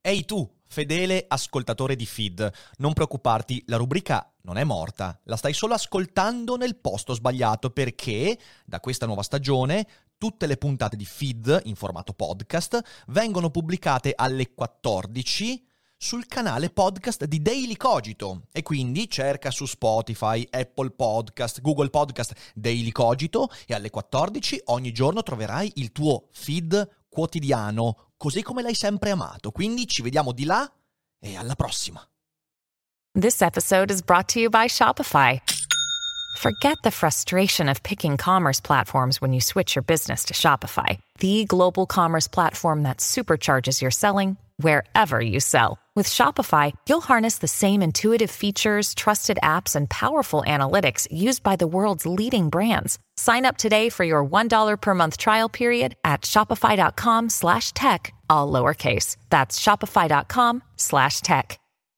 Ehi tu, fedele ascoltatore di Feed, non preoccuparti, la rubrica non è morta, la stai solo ascoltando nel posto sbagliato perché da questa nuova stagione tutte le puntate di Feed in formato podcast vengono pubblicate alle 14 sul canale podcast di Daily Cogito e quindi cerca su Spotify, Apple Podcast, Google Podcast Daily Cogito e alle 14 ogni giorno troverai il tuo feed quotidiano, così come l'hai sempre amato. Quindi ci vediamo di là e alla prossima. This episode is brought to you by Shopify. Forget the frustration of picking commerce platforms when you switch your business to Shopify, the global commerce platform that supercharges your selling wherever you sell. With Shopify, you'll harness the same intuitive features, trusted apps, and powerful analytics used by the world's leading brands. Sign up today for your $1 per month trial period at shopify.com/tech, all lowercase. That's shopify.com/tech.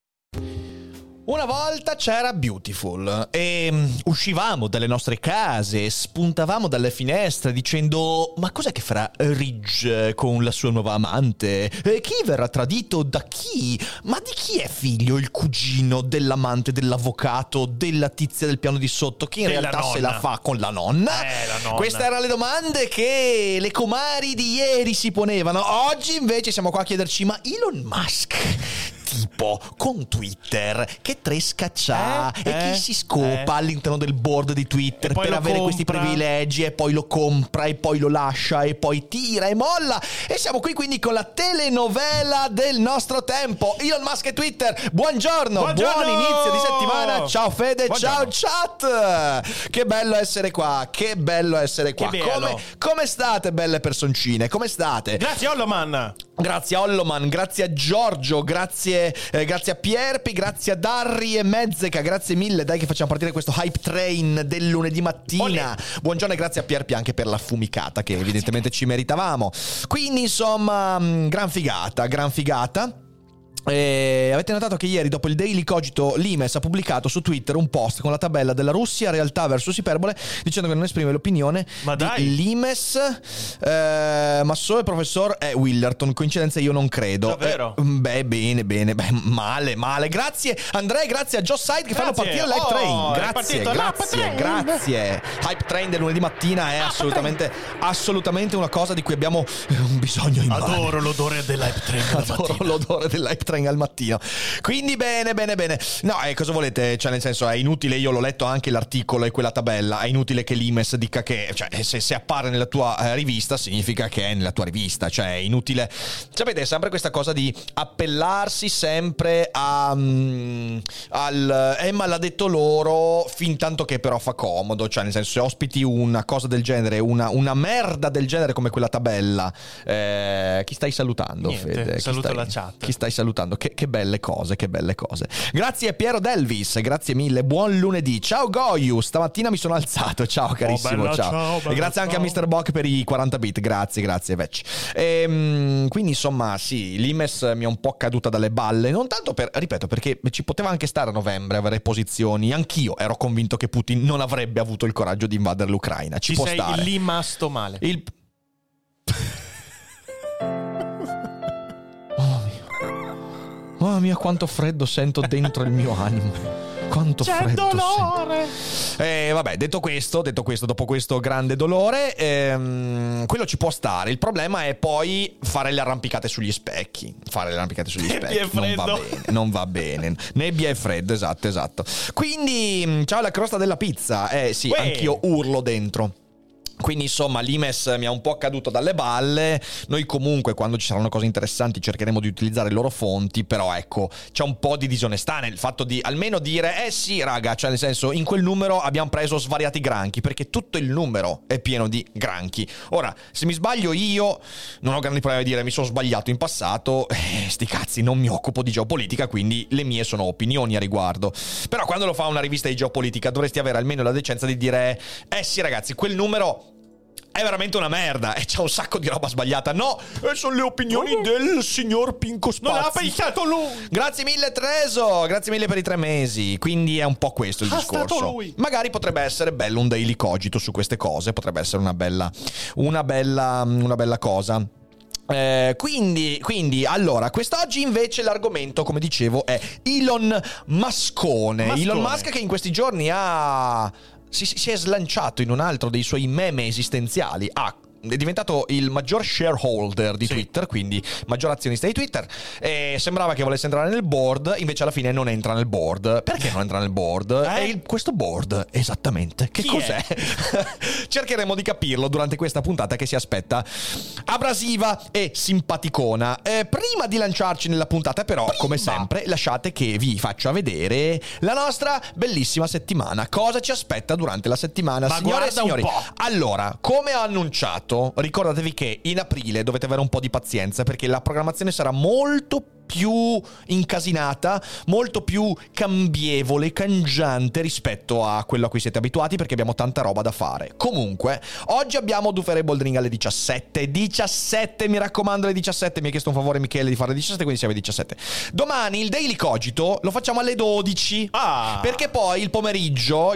Una volta c'era Beautiful e uscivamo dalle nostre case, spuntavamo dalle finestre dicendo ma cos'è che farà Ridge con la sua nuova amante? Chi verrà tradito da chi? Ma di chi è figlio il cugino dell'amante dell'avvocato della tizia del piano di sotto che in realtà se la fa con la nonna? La nonna. Queste erano le domande che le comari di ieri si ponevano. Oggi invece siamo qua a chiederci ma Elon Musk tipo con Twitter che tresca c'ha e chi si scopa all'interno del board di Twitter per avere questi privilegi e poi lo compra e poi lo lascia e poi tira e molla e siamo qui quindi con la telenovela del nostro tempo, Elon Musk e Twitter. Buongiorno. Buon inizio di settimana. Ciao Fede. Buongiorno. Ciao chat, che bello essere qua, che bello essere qua. Come state belle personcine, come state? Grazie Olloman, grazie a Giorgio, grazie a Pierpi, grazie a Darry e Mezzeca, grazie mille, dai che facciamo partire questo hype train del lunedì mattina. Buongiorno e grazie a Pierpi anche per la fumicata che evidentemente ci meritavamo. Quindi insomma, gran figata. Avete notato che ieri dopo il Daily Cogito l'Imes ha pubblicato su Twitter un post con la tabella della Russia, realtà versus iperbole, dicendo che non esprime l'opinione di l'Imes ma solo il professor Willerton. Coincidenza io non credo. Davvero? Bene, male. Grazie Andrea, grazie a Joe Side che fanno partire l'Hype Train. Grazie. Hype Train del lunedì mattina è assolutamente una cosa di cui abbiamo un bisogno immane. Adoro l'odore dell'Hype Train al mattino. Quindi bene. No, cosa volete? Cioè, nel senso, è inutile, io l'ho letto anche l'articolo e quella tabella, è inutile che l'Imes dica che, cioè, se appare nella tua rivista significa che è nella tua rivista, cioè è inutile. Sapete, è sempre questa cosa di appellarsi sempre al ma l'ha detto loro, fin tanto che però fa comodo, cioè nel senso, se ospiti una cosa del genere, una merda del genere come quella tabella, chi stai salutando? Niente, Fede? saluto la chat. Chi stai salutando? Che belle cose. Grazie a Piero Delvis, grazie mille, buon lunedì. Ciao Goyu, stamattina mi sono alzato. Ciao carissimo, ciao. E grazie anche a Mr. Bock per i 40 bit. Grazie Vec. Quindi insomma sì, l'Imes mi è un po' caduta dalle balle, non tanto ripeto, perché ci poteva anche stare a novembre avere posizioni. Anch'io ero convinto che Putin non avrebbe avuto il coraggio di invadere l'Ucraina. Ci può stare. Sei rimasto male. Mamma mia, quanto freddo sento dentro il mio animo. Quanto c'è freddo dolore. Vabbè, detto questo, dopo questo grande dolore, quello ci può stare. Il problema è poi fare le arrampicate sugli specchi. Nebbia e freddo. Non va bene. Nebbia e freddo, esatto. Quindi, ciao la crosta della pizza. Sì, anch'io urlo dentro. Quindi insomma l'Imes mi ha un po' caduto dalle balle. Noi comunque quando ci saranno cose interessanti cercheremo di utilizzare le loro fonti, però ecco c'è un po' di disonestà nel fatto di almeno dire sì raga, cioè nel senso in quel numero abbiamo preso svariati granchi, perché tutto il numero è pieno di granchi. Ora se mi sbaglio io non ho grandi problemi a dire mi sono sbagliato in passato, sti cazzi, non mi occupo di geopolitica, quindi le mie sono opinioni a riguardo. Però quando lo fa una rivista di geopolitica dovresti avere almeno la decenza di dire sì ragazzi, quel numero è veramente una merda e c'ha un sacco di roba sbagliata. No, sono le opinioni del signor Pinco Spazzi. Non l'ha pensato lui. Grazie mille Treso, grazie mille per i 3 mesi. Quindi è un po' questo il discorso. Stato lui. Magari potrebbe essere bello un daily cogito su queste cose, potrebbe essere una bella cosa. Quindi, allora, quest'oggi invece l'argomento, come dicevo, è Elon Muskone. Elon Musk che in questi giorni si è slanciato in un altro dei suoi meme esistenziali. È diventato il maggior shareholder di Twitter, quindi maggior azionista di Twitter, e sembrava che volesse entrare nel board, invece alla fine non entra nel board. Perché non entra nel board? E questo board, esattamente, che cos'è? Cercheremo di capirlo durante questa puntata che si aspetta abrasiva e simpaticona. Prima di lanciarci nella puntata però, come sempre, lasciate che vi faccia vedere la nostra bellissima settimana. Cosa ci aspetta durante la settimana, signore e signori? Allora, come ho annunciato, ricordatevi che in aprile dovete avere un po' di pazienza, perché la programmazione sarà molto più incasinata, molto più cambievole, cangiante rispetto a quello a cui siete abituati, perché abbiamo tanta roba da fare. Comunque, oggi abbiamo Dufere Boldring alle 17, mi raccomando, alle 17. Mi ha chiesto un favore Michele di fare alle 17, quindi siamo alle 17. Domani il Daily Cogito lo facciamo alle 12, perché poi il pomeriggio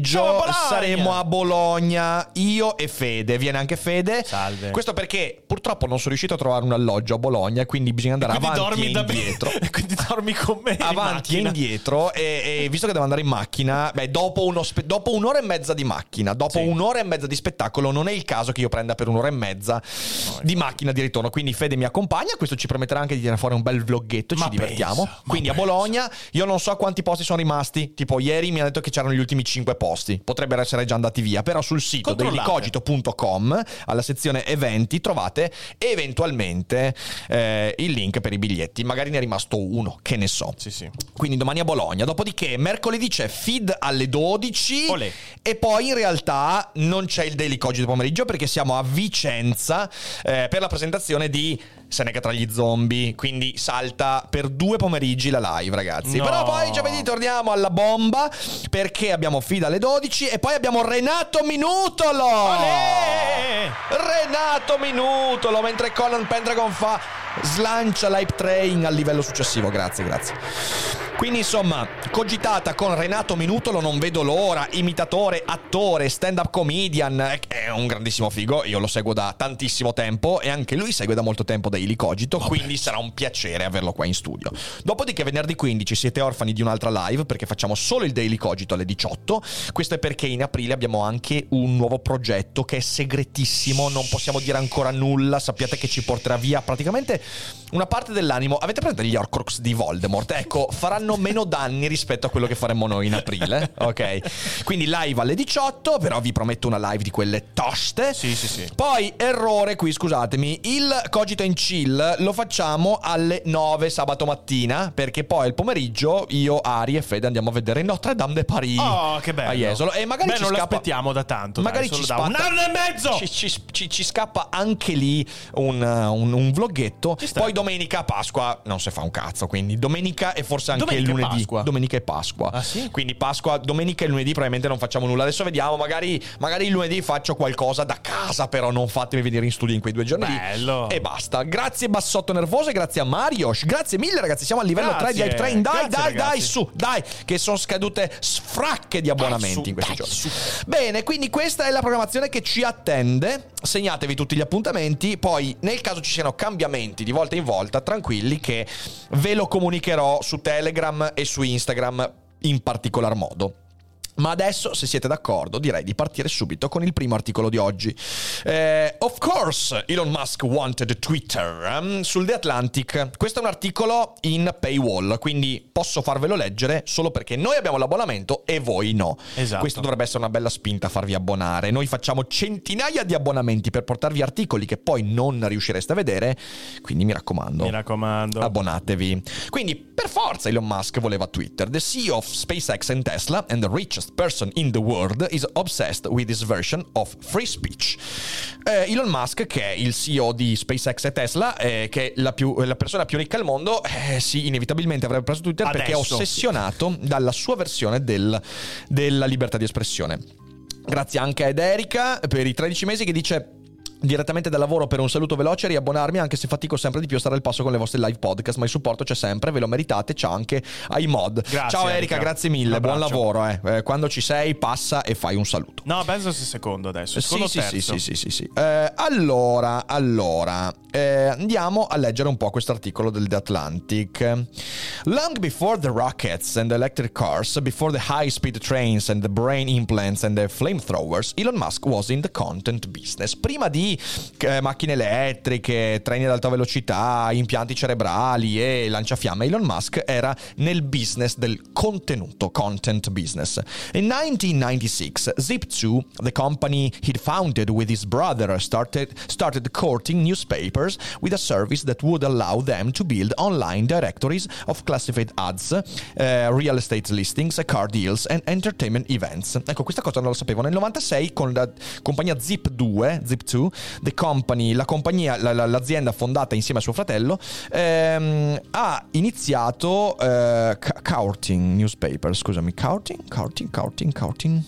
saremo a Bologna, io e Fede. Viene anche Fede. Salve. Questo perché purtroppo non sono riuscito a trovare un alloggio a Bologna, quindi bisogna andare avanti e indietro. Quindi dormi con me avanti e indietro, e visto che devo andare in macchina, dopo un'ora e mezza di macchina, dopo un'ora e mezza di spettacolo, non è il caso che io prenda per un'ora e mezza di macchina di ritorno. Quindi Fede mi accompagna, questo ci permetterà anche di tirare fuori un bel vloggetto, ci divertiamo. Quindi a Bologna io non so quanti posti sono rimasti, tipo ieri mi ha detto che c'erano gli ultimi 5 posti, potrebbero essere già andati via, però sul sito dailycogito.com alla sezione eventi trovate eventualmente il link per i biglietti. Magari ne è rimasto uno, che ne so. Sì. Quindi domani a Bologna. Dopodiché mercoledì c'è feed alle 12. Olè. E poi in realtà non c'è il Daily Cogito pomeriggio, perché siamo a Vicenza per la presentazione di Seneca tra gli zombie. Quindi salta per 2 pomeriggi la live, ragazzi. No. Però poi giovedì torniamo alla bomba, perché abbiamo feed alle 12 e poi abbiamo Renato Minutolo. Olè! Renato Minutolo, mentre Conan Pendragon slancia l'hype train al livello successivo. Grazie. Quindi insomma, cogitata con Renato Minutolo, non vedo l'ora. Imitatore, attore, stand-up comedian, è un grandissimo figo. Io lo seguo da tantissimo tempo e anche lui segue da molto tempo Daily Cogito, quindi sarà un piacere averlo qua in studio. Dopodiché venerdì 15 siete orfani di un'altra live, perché facciamo solo il Daily Cogito alle 18. Questo è perché in aprile abbiamo anche un nuovo progetto che è segretissimo, non possiamo dire ancora nulla. Sappiate che ci porterà via praticamente una parte dell'animo. Avete presente gli Horcrux di Voldemort? Ecco, faranno meno danni rispetto a quello che faremo noi in aprile, ok? Quindi live alle 18, però vi prometto una live di quelle toste. Sì. Poi errore qui, scusatemi, il Cogito in Chill lo facciamo alle 9 sabato mattina, perché poi il pomeriggio io, Ari e Fede andiamo a vedere Notre Dame de Paris. Oh, che bello. A Jesolo. E magari ci non scappa, l'aspettiamo da tanto. magari dai, ci solo spazza, da un anno e mezzo. Ci scappa anche lì un vloggetto. Poi domenica Pasqua non si fa un cazzo, quindi domenica e forse anche il lunedì. Domenica e Pasqua. Ah, sì? Quindi Pasqua, domenica e lunedì probabilmente non facciamo nulla. Adesso vediamo, magari il lunedì faccio qualcosa da casa, però non fatemi venire in studio in quei 2 giorni. Bello. Lì. E basta. Grazie Bassotto Nervoso e grazie a Marios. Grazie mille ragazzi, siamo al livello 3 di Hype Train. Dai, su, dai, che sono scadute sfracche di abbonamenti in questi giorni. Bene, quindi questa è la programmazione che ci attende. Segnatevi tutti gli appuntamenti. Poi nel caso ci siano cambiamenti di volta in volta, tranquilli che ve lo comunicherò su Telegram e su Instagram in particolar modo. Ma adesso, se siete d'accordo, direi di partire subito con il primo articolo di oggi. Of course, Elon Musk wanted Twitter. Sul The Atlantic. Questo è un articolo in paywall, quindi posso farvelo leggere solo perché noi abbiamo l'abbonamento e voi no. Esatto. Questo dovrebbe essere una bella spinta a farvi abbonare. Noi facciamo centinaia di abbonamenti per portarvi articoli che poi non riuscireste a vedere, quindi mi raccomando. Abbonatevi. Quindi, per forza, Elon Musk voleva Twitter. The CEO of SpaceX and Tesla and the richest person in the world is obsessed with this version of free speech. Elon Musk, che è il CEO di SpaceX e Tesla, che è la persona più ricca al mondo, sì, inevitabilmente avrebbe preso Twitter adesso, perché è ossessionato dalla sua versione della libertà di espressione. Grazie anche ad Erika per i 13 mesi che dice: direttamente dal lavoro per un saluto veloce e riabbonarmi, anche se fatico sempre di più a stare al passo con le vostre live podcast, ma il supporto c'è sempre, ve lo meritate. Ciao anche ai mod. Grazie, ciao Erika, grazie mille, buon lavoro. Quando ci sei passa e fai un saluto. No, penso sia secondo adesso. Secondo terzo. Sì. Allora, andiamo a leggere un po' questo articolo del The Atlantic. Long before the rockets and the electric cars, before the high-speed trains and the brain implants and the flamethrowers, Elon Musk was in the content business. Prima di macchine elettriche, treni ad alta velocità, impianti cerebrali e lanciafiamme, Elon Musk era nel business del contenuto, content business. In 1996, Zip2, the company he'd founded with his brother, started courting newspapers with a service that would allow them to build online directories of classified ads, real estate listings, car deals and entertainment events. Ecco, questa cosa non lo sapevo. Nel 96 con la compagnia Zip2, l'azienda fondata insieme a suo fratello, ha iniziato courting newspaper. Scusami, courting.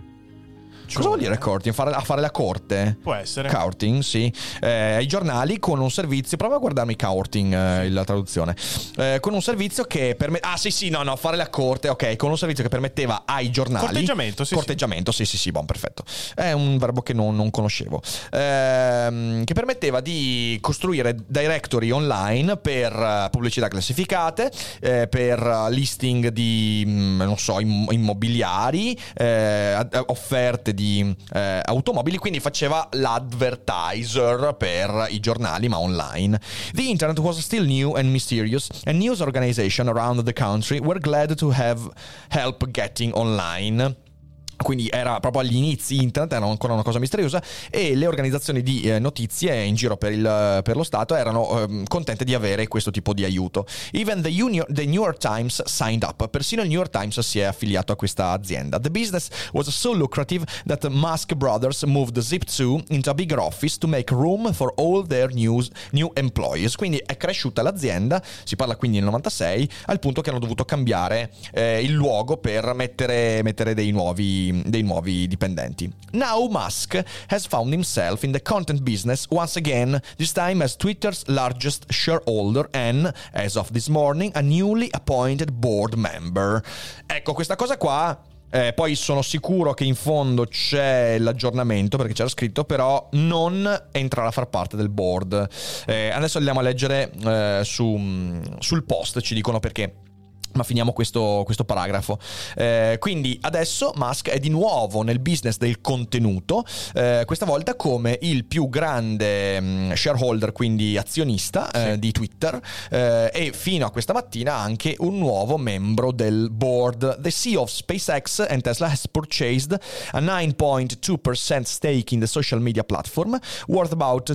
Cosa vuol dire courting? A fare la corte? Può essere. Courting, sì. Ai giornali con un servizio. Prova a guardarmi courting, la traduzione. Con un servizio che permette. Fare la corte, ok. Con un servizio che permetteva ai giornali. Corteggiamento, sì, buon, perfetto. È un verbo che non conoscevo. Che permetteva di costruire directory online per pubblicità classificate, per listing di, immobiliari, offerte di automobili, quindi faceva l'advertiser per i giornali ma online. The internet was still new and mysterious, and news organizations around the country were glad to have help getting online. Quindi era proprio agli inizi, internet era ancora una cosa misteriosa e le organizzazioni di notizie in giro per lo Stato erano contente di avere questo tipo di aiuto. Even the New York Times signed up. Persino il New York Times si è affiliato a questa azienda. The business was so lucrative that the Musk brothers moved Zip2 into a bigger office to make room for all their new employees. Quindi è cresciuta l'azienda, si parla quindi nel 96, al punto che hanno dovuto cambiare il luogo per mettere dei nuovi dipendenti. Now Musk has found himself in the content business once again, this time as Twitter's largest shareholder and, as of this morning, a newly appointed board member. Ecco, questa cosa qua, poi sono sicuro che in fondo c'è l'aggiornamento, perché c'era scritto, però non entrare a far parte del board. Adesso andiamo a leggere sul post, ci dicono perché. Ma finiamo questo paragrafo. Quindi adesso Musk è di nuovo nel business del contenuto, questa volta come il più grande shareholder, quindi azionista di Twitter, e fino a questa mattina anche un nuovo membro del board. The CEO of SpaceX and Tesla has purchased a 9.2% stake in the social media platform worth about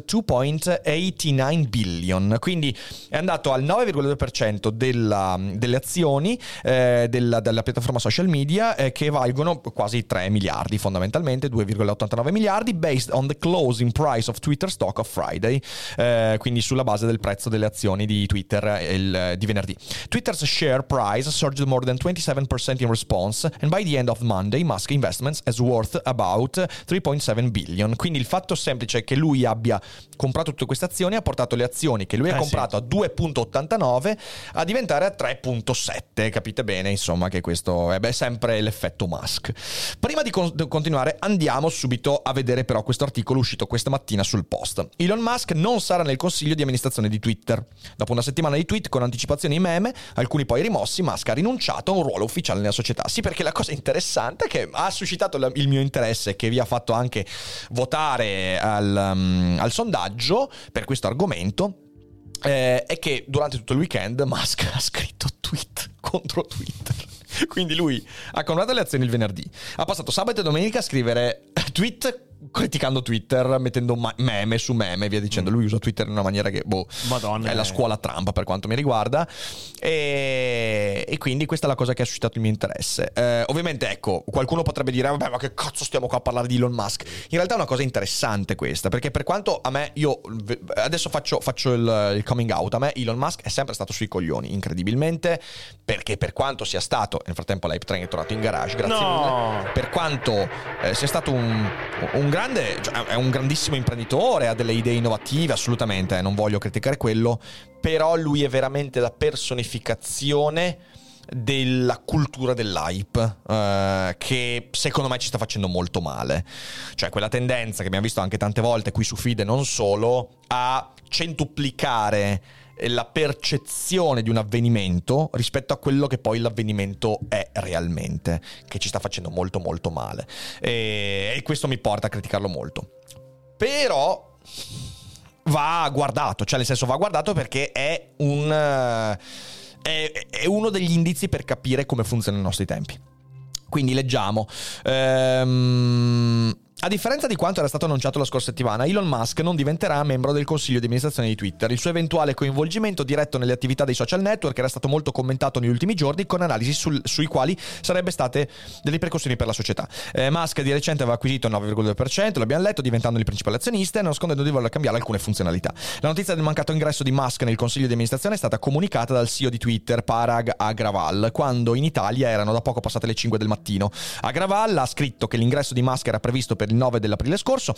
2.89 billion. Quindi è andato al 9,2% delle azioni della piattaforma social media, che valgono quasi 3 miliardi, fondamentalmente 2,89 miliardi, based on the closing price of Twitter stock of Friday, quindi sulla base del prezzo delle azioni di Twitter di venerdì. Twitter's share price surged more than 27% in response, and by the end of Monday Musk Investments is worth about 3.7 billion. Quindi il fatto semplice che lui abbia comprato tutte queste azioni ha portato le azioni che lui ha comprato a 2.89 a diventare a 3.7. Capite bene, insomma, che questo è sempre l'effetto Musk. Prima di continuare, andiamo subito a vedere però questo articolo uscito questa mattina sul Post. Elon Musk non sarà nel consiglio di amministrazione di Twitter. Dopo una settimana di tweet con anticipazioni e meme, alcuni poi rimossi, Musk ha rinunciato a un ruolo ufficiale nella società. Sì, perché la cosa interessante che ha suscitato il mio interesse, che vi ha fatto anche votare al sondaggio per questo argomento, è che durante tutto il weekend Musk ha scritto tweet contro Twitter. Quindi lui ha comprato le azioni il venerdì, ha passato sabato e domenica a scrivere tweet criticando Twitter, mettendo meme su meme e via dicendo. Lui usa Twitter in una maniera che Madonna, è la scuola Trump per quanto mi riguarda, e quindi questa è la cosa che ha suscitato il mio interesse. Ovviamente, ecco, qualcuno potrebbe dire vabbè, ma che cazzo stiamo qua a parlare di Elon Musk. In realtà è una cosa interessante questa, perché per quanto a me, io adesso faccio il coming out, a me Elon Musk è sempre stato sui coglioni, incredibilmente, perché per quanto sia stato, nel frattempo l'Hype Train è tornato in garage, grazie mille, per quanto sia stato un è un grandissimo imprenditore, ha delle idee innovative, assolutamente, non voglio criticare quello, però lui è veramente la personificazione della cultura dell'hype, che secondo me ci sta facendo molto male. Cioè quella tendenza che abbiamo visto anche tante volte qui su Feed e non solo, a centuplicare la percezione di un avvenimento rispetto a quello che poi l'avvenimento è realmente, che ci sta facendo molto molto male, e questo mi porta a criticarlo molto. Però va guardato, cioè nel senso va guardato perché è uno degli indizi per capire come funzionano i nostri tempi. Quindi leggiamo. A differenza di quanto era stato annunciato la scorsa settimana, Elon Musk non diventerà membro del consiglio di amministrazione di Twitter. Il suo eventuale coinvolgimento diretto nelle attività dei social network era stato molto commentato negli ultimi giorni, con analisi sui quali sarebbe state delle ripercussioni per la società. Musk di recente aveva acquisito il 9,2%, l'abbiamo letto, diventando il principale azionista e nascondendo di voler cambiare alcune funzionalità. La notizia del mancato ingresso di Musk nel consiglio di amministrazione è stata comunicata dal CEO di Twitter, Parag Agrawal, quando in Italia erano da poco passate le 5 del mattino. Agrawal ha scritto che l'ingresso di Musk era previsto per il 9 aprile scorso,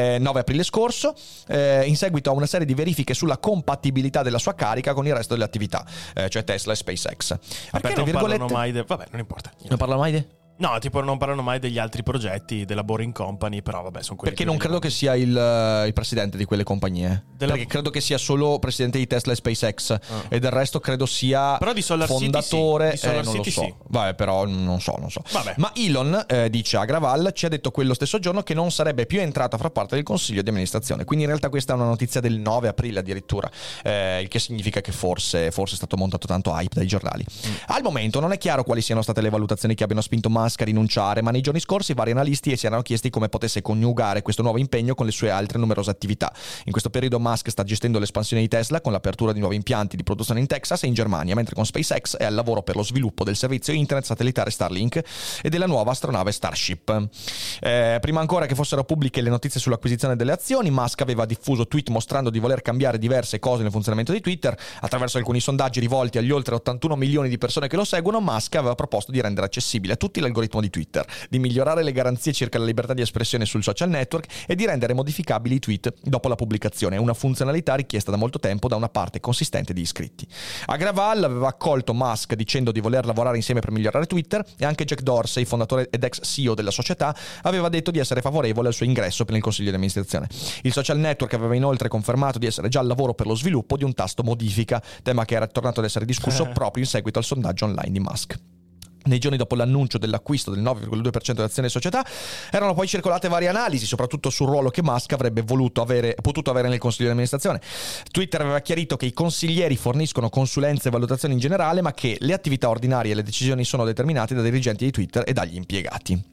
in seguito a una serie di verifiche sulla compatibilità della sua carica con il resto delle attività, cioè Tesla e SpaceX. Perché non parlano mai vabbè, non importa. Non parlano mai No, tipo non parlano mai degli altri progetti della Boring Company, però vabbè, sono quelli. Perché non credo che sia il presidente di quelle compagnie. Perché credo che sia solo presidente di Tesla e SpaceX, e del resto credo sia però di Solar fondatore. City, sì. Di Solar non City, lo so. sì. Vabbè, però non so. Vabbè. Ma Elon, dice Agrawal, ci ha detto quello stesso giorno che non sarebbe più entrato a far parte del consiglio di amministrazione. Quindi in realtà questa è una notizia del 9 aprile addirittura, il che significa che forse è stato montato tanto hype dai giornali. Al momento non è chiaro quali siano state le valutazioni che abbiano spinto Musk a rinunciare, ma nei giorni scorsi vari analisti si erano chiesti come potesse coniugare questo nuovo impegno con le sue altre numerose attività. In questo periodo Musk sta gestendo l'espansione di Tesla con l'apertura di nuovi impianti di produzione in Texas e in Germania, mentre con SpaceX è al lavoro per lo sviluppo del servizio internet satellitare Starlink e della nuova astronave Starship. Prima ancora che fossero pubbliche le notizie sull'acquisizione delle azioni, Musk aveva diffuso tweet mostrando di voler cambiare diverse cose nel funzionamento di Twitter. Attraverso alcuni sondaggi rivolti agli oltre 81 milioni di persone che lo seguono, Musk aveva proposto di rendere accessibile a tutti l'algoritmo di Twitter, di migliorare le garanzie circa la libertà di espressione sul social network e di rendere modificabili i tweet dopo la pubblicazione, una funzionalità richiesta da molto tempo da una parte consistente di iscritti. Agrawal aveva accolto Musk dicendo di voler lavorare insieme per migliorare Twitter, e anche Jack Dorsey, fondatore ed ex CEO della società, aveva detto di essere favorevole al suo ingresso nel consiglio di amministrazione. Il social network aveva inoltre confermato di essere già al lavoro per lo sviluppo di un tasto modifica, tema che era tornato ad essere discusso proprio in seguito al sondaggio online di Musk. Nei giorni dopo l'annuncio dell'acquisto del 9,2% delle azioni della società erano poi circolate varie analisi, soprattutto sul ruolo che Musk avrebbe potuto avere nel consiglio di amministrazione. Twitter aveva chiarito che i consiglieri forniscono consulenze e valutazioni in generale, ma che le attività ordinarie e le decisioni sono determinate dai dirigenti di Twitter e dagli impiegati.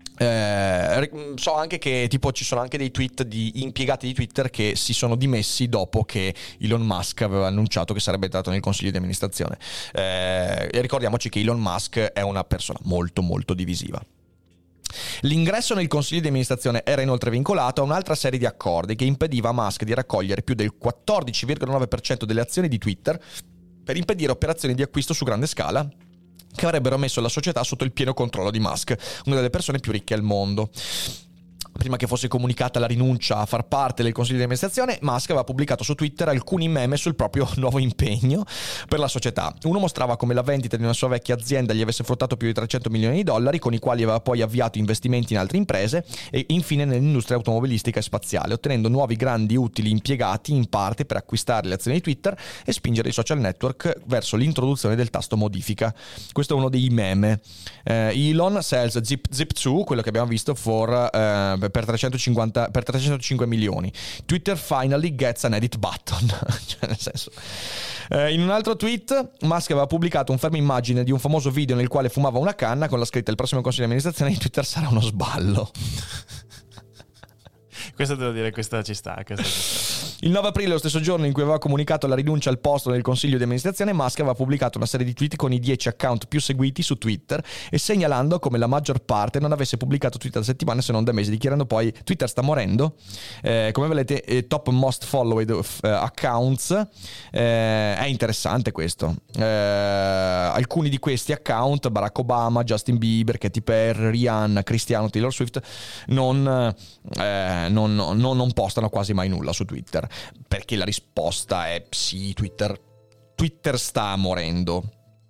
So anche che tipo ci sono anche dei tweet di impiegati di Twitter che si sono dimessi dopo che Elon Musk aveva annunciato che sarebbe entrato nel consiglio di amministrazione, e ricordiamoci che Elon Musk è una persona molto molto divisiva. L'ingresso nel consiglio di amministrazione era inoltre vincolato a un'altra serie di accordi che impediva a Musk di raccogliere più del 14,9% delle azioni di Twitter per impedire operazioni di acquisto su grande scala che avrebbero messo la società sotto il pieno controllo di Musk, una delle persone più ricche al mondo. Prima che fosse comunicata la rinuncia a far parte del consiglio di amministrazione, Musk aveva pubblicato su Twitter alcuni meme sul proprio nuovo impegno per la società. Uno mostrava come la vendita di una sua vecchia azienda gli avesse fruttato più di $300 milioni, con i quali aveva poi avviato investimenti in altre imprese e infine nell'industria automobilistica e spaziale, ottenendo nuovi grandi utili impiegati in parte per acquistare le azioni di Twitter e spingere i social network verso l'introduzione del tasto modifica. Questo è uno dei meme. Elon sells Zip2, quello che abbiamo visto, per 305 milioni. Twitter finally gets an edit button. Cioè, nel senso, in un altro tweet Musk aveva pubblicato un fermo immagine di un famoso video nel quale fumava una canna con la scritta: il prossimo consiglio di amministrazione di Twitter sarà uno sballo. Questo devo dire, questa ci sta. Il 9 aprile, lo stesso giorno in cui aveva comunicato la rinuncia al posto nel consiglio di amministrazione, Musk aveva pubblicato una serie di tweet con i 10 account più seguiti su Twitter e segnalando come la maggior parte non avesse pubblicato tweet da settimane se non da mesi, dichiarando poi: Twitter sta morendo, come vedete top most followed accounts. È interessante questo. Alcuni di questi account, Barack Obama, Justin Bieber, Katy Perry, Rihanna, Cristiano, Taylor Swift, non postano quasi mai nulla su Twitter, perché la risposta è sì, Twitter sta morendo.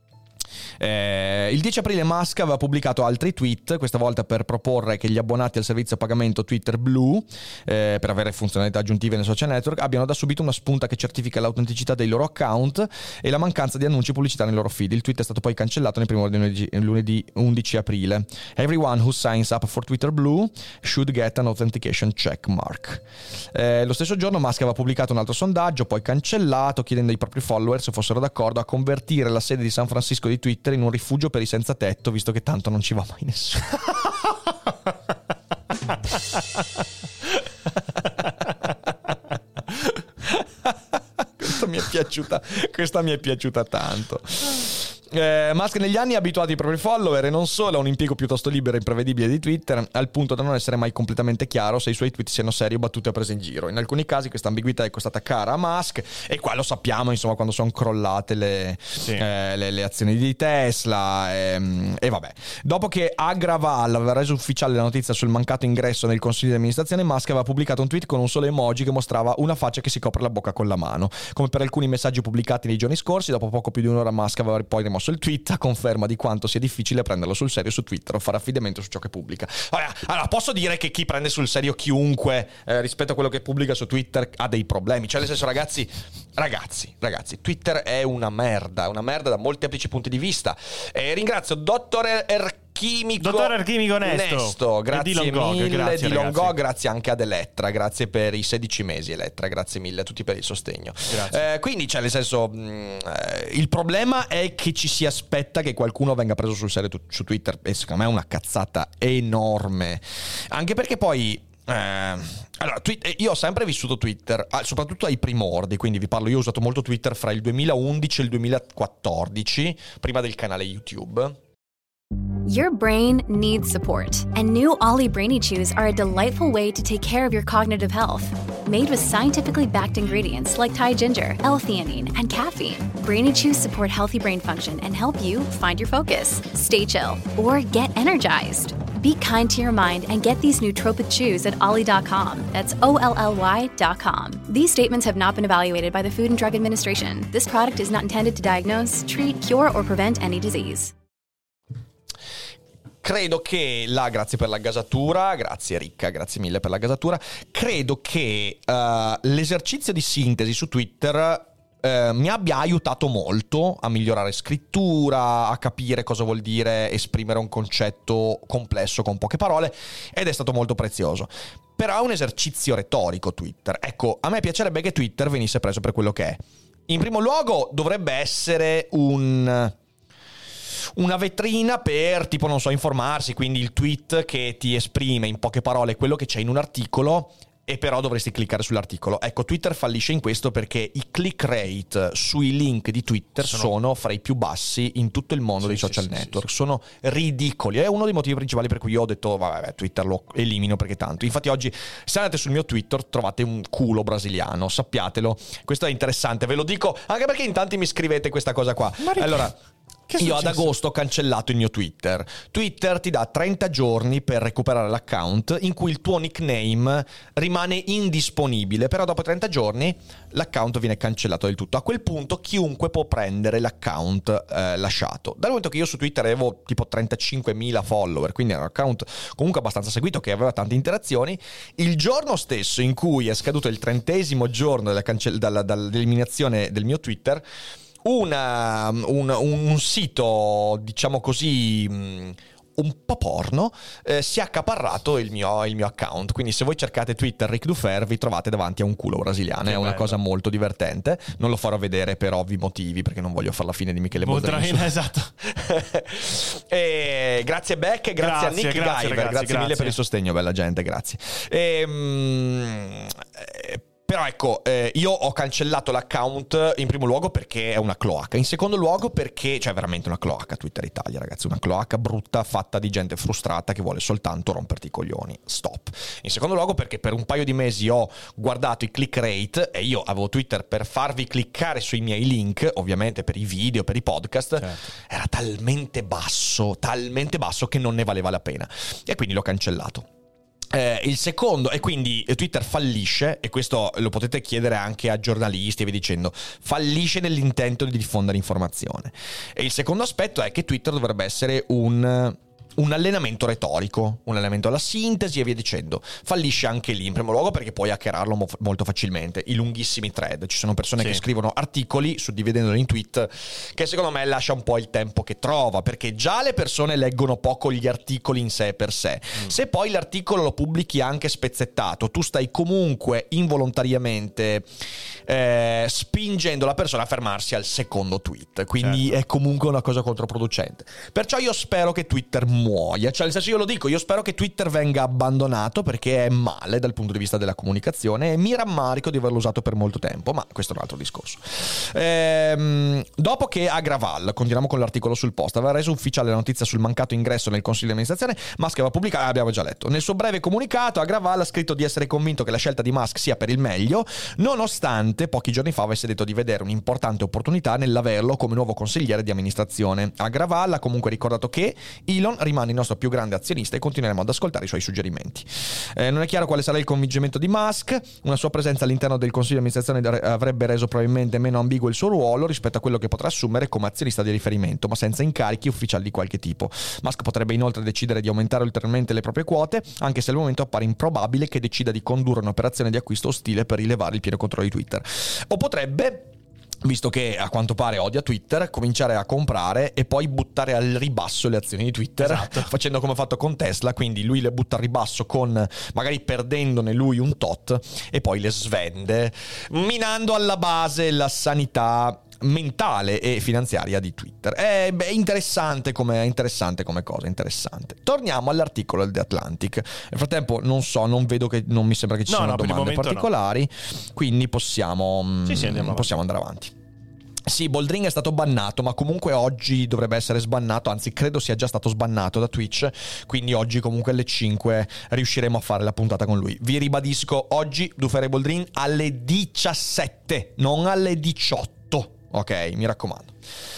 Il 10 aprile Musk aveva pubblicato altri tweet, questa volta per proporre che gli abbonati al servizio a pagamento Twitter Blue, per avere funzionalità aggiuntive nel social network, abbiano da subito una spunta che certifica l'autenticità dei loro account e la mancanza di annunci pubblicitari nei loro feed. Il tweet è stato poi cancellato nel primo ora di lunedì 11 aprile. Everyone who signs up for Twitter Blue should get an authentication check mark. Lo stesso giorno Musk aveva pubblicato un altro sondaggio, poi cancellato, chiedendo ai propri follower se fossero d'accordo a convertire la sede di San Francisco di Twitter in un rifugio per i senza tetto, visto che tanto non ci va mai nessuno. Questa mi è piaciuta tanto. Musk negli anni ha abituato i propri follower e non solo a un impiego piuttosto libero e imprevedibile di Twitter, al punto da non essere mai completamente chiaro se i suoi tweet siano seri o battute o prese in giro. In alcuni casi questa ambiguità è costata cara a Musk, e qua lo sappiamo, insomma, quando sono crollate le azioni di Tesla e vabbè. Dopo che Agraval aveva reso ufficiale la notizia sul mancato ingresso nel consiglio di amministrazione, Musk aveva pubblicato un tweet con un solo emoji che mostrava una faccia che si copre la bocca con la mano. Come per alcuni messaggi pubblicati nei giorni scorsi, dopo poco più di un'ora Musk aveva poi rimosso il tweet a conferma di quanto sia difficile prenderlo sul serio su Twitter o fare affidamento su ciò che pubblica. Allora, posso dire che chi prende sul serio chiunque rispetto a quello che pubblica su Twitter ha dei problemi. Cioè, nel senso, ragazzi, Twitter è una merda da molteplici punti di vista. Ringrazio Dottor Erchimico Onesto, grazie mille, Dylan Gog, grazie anche ad Elettra, grazie per i 16 mesi Elettra, grazie mille a tutti per il sostegno. Quindi, cioè, nel senso, il problema è che ci si aspetta che qualcuno venga preso sul serio su Twitter, e secondo me è una cazzata enorme, anche perché poi allora, io ho sempre vissuto Twitter, soprattutto ai primordi, quindi vi parlo, io ho usato molto Twitter fra il 2011 e il 2014, prima del canale YouTube. Your brain needs support, and new Ollie Brainy Chews are a delightful way to take care of your cognitive health. Made with scientifically backed ingredients like Thai ginger, L-theanine, and caffeine, Brainy Chews support healthy brain function and help you find your focus, stay chill, or get energized. Be kind to your mind and get these nootropic chews at ollie.com. That's OLLY.com. These statements have not been evaluated by the Food and Drug Administration. This product is not intended to diagnose, treat, cure, or prevent any disease. Credo che grazie per la gasatura, grazie Ricca, grazie mille per la gasatura. Credo che l'esercizio di sintesi su Twitter mi abbia aiutato molto a migliorare scrittura, a capire cosa vuol dire esprimere un concetto complesso con poche parole, ed è stato molto prezioso. Però è un esercizio retorico Twitter. Ecco, a me piacerebbe che Twitter venisse preso per quello che è. In primo luogo dovrebbe essere una vetrina per, tipo, non so, informarsi, quindi il tweet che ti esprime in poche parole quello che c'è in un articolo, e però dovresti cliccare sull'articolo. Ecco, Twitter fallisce in questo perché i click rate sui link di Twitter sono fra i più bassi in tutto il mondo dei social network. Sono ridicoli. È uno dei motivi principali per cui io ho detto vabbè, Twitter lo elimino, perché tanto. Infatti oggi, se andate sul mio Twitter, trovate un culo brasiliano, sappiatelo. Questo è interessante, ve lo dico, anche perché in tanti mi scrivete questa cosa qua. Allora, io ad agosto ho cancellato il mio Twitter. Twitter ti dà 30 giorni per recuperare l'account in cui il tuo nickname rimane indisponibile, però dopo 30 giorni l'account viene cancellato del tutto. A quel punto chiunque può prendere l'account lasciato. Dal momento che io su Twitter avevo tipo 35.000 follower, quindi era un account comunque abbastanza seguito, che aveva tante interazioni, il giorno stesso in cui è scaduto il 30° giorno dall'eliminazione del mio Twitter, un sito, diciamo così, un po' porno, si è accaparrato il mio account. Quindi se voi cercate Twitter Ric Dufer vi trovate davanti a un culo brasiliano. Che è una cosa molto divertente. Non lo farò vedere per ovvi motivi, perché non voglio fare la fine di Michele Boldrini. Esatto. Grazie Beck, grazie a Nick Guyver, grazie mille per il sostegno, bella gente, grazie. Però ecco, io ho cancellato l'account in primo luogo perché è una cloaca, in secondo luogo perché, cioè veramente una cloaca, Twitter Italia ragazzi, una cloaca brutta fatta di gente frustrata che vuole soltanto romperti i coglioni, stop. In secondo luogo perché per un paio di mesi ho guardato i click rate e io avevo Twitter per farvi cliccare sui miei link, ovviamente per i video, per i podcast, certo. Era talmente basso che non ne valeva la pena e quindi l'ho cancellato. Il secondo, e quindi Twitter fallisce, e questo lo potete chiedere anche a giornalisti e via dicendo, fallisce nell'intento di diffondere informazione. E il secondo aspetto è che Twitter dovrebbe essere un allenamento retorico, un allenamento alla sintesi e via dicendo. Fallisce anche lì in primo luogo perché puoi hackerarlo molto facilmente, i lunghissimi thread, ci sono persone che scrivono articoli suddividendoli in tweet che secondo me lascia un po' il tempo che trova, perché già le persone leggono poco gli articoli in sé per sé. Se poi l'articolo lo pubblichi anche spezzettato, tu stai comunque involontariamente spingendo la persona a fermarsi al secondo tweet, quindi è comunque una cosa controproducente. Perciò io spero che Twitter muoia, cioè nel senso, io lo dico, io spero che Twitter venga abbandonato perché è male dal punto di vista della comunicazione e mi rammarico di averlo usato per molto tempo, ma questo è un altro discorso. Dopo che Agraval, continuiamo con l'articolo sul Post, aveva reso ufficiale la notizia sul mancato ingresso nel consiglio di amministrazione, Musk aveva pubblicato, abbiamo già letto, nel suo breve comunicato Agraval ha scritto di essere convinto che la scelta di Musk sia per il meglio, nonostante pochi giorni fa avesse detto di vedere un'importante opportunità nell'averlo come nuovo consigliere di amministrazione. Agraval ha comunque ricordato che Elon rimane il nostro più grande azionista e continueremo ad ascoltare i suoi suggerimenti. Non è chiaro quale sarà il convincimento di Musk, una sua presenza all'interno del consiglio di amministrazione avrebbe reso probabilmente meno ambiguo il suo ruolo rispetto a quello che potrà assumere come azionista di riferimento, ma senza incarichi ufficiali di qualche tipo. Musk potrebbe inoltre decidere di aumentare ulteriormente le proprie quote, anche se al momento appare improbabile che decida di condurre un'operazione di acquisto ostile per rilevare il pieno controllo di Twitter. O potrebbe, visto che a quanto pare odia Twitter, cominciare a comprare e poi buttare al ribasso le azioni di Twitter, facendo come ha fatto con Tesla, quindi lui le butta al ribasso con magari perdendone lui un tot e poi le svende, minando alla base la sanità mentale e finanziaria di Twitter. È interessante come cosa, interessante. Torniamo all'articolo del The Atlantic. Nel frattempo non vedo che, non mi sembra che ci siano domande particolari, quindi possiamo andare avanti. Sì, Boldrin è stato bannato, ma comunque oggi dovrebbe essere sbannato, anzi credo sia già stato sbannato da Twitch, quindi oggi comunque alle 5 riusciremo a fare la puntata con lui. Vi ribadisco, oggi Dufere Boldrin alle 17, non alle 18. Ok, mi raccomando.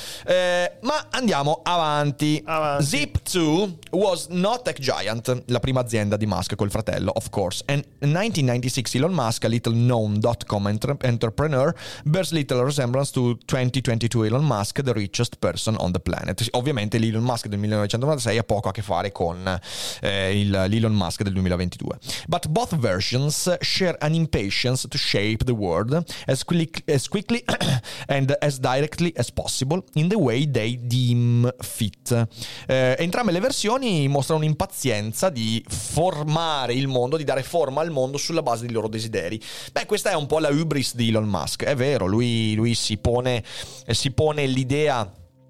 Ma andiamo avanti. Zip2 was not tech giant, la prima azienda di Musk col fratello, of course. And in 1996 Elon Musk, a little known .com entrepreneur, bears little resemblance to 2022 Elon Musk, the richest person on the planet. Ovviamente l'Elon Musk del 1996 ha poco a che fare con l'Elon Musk del 2022. But both versions share an impatience to shape the world as quickly and as directly as possible in the way they deem fit. Entrambe le versioni mostrano un'impazienza di formare il mondo, di dare forma al mondo sulla base dei loro desideri. Beh, questa è un po' la hubris di Elon Musk, è vero, lui si pone l'idea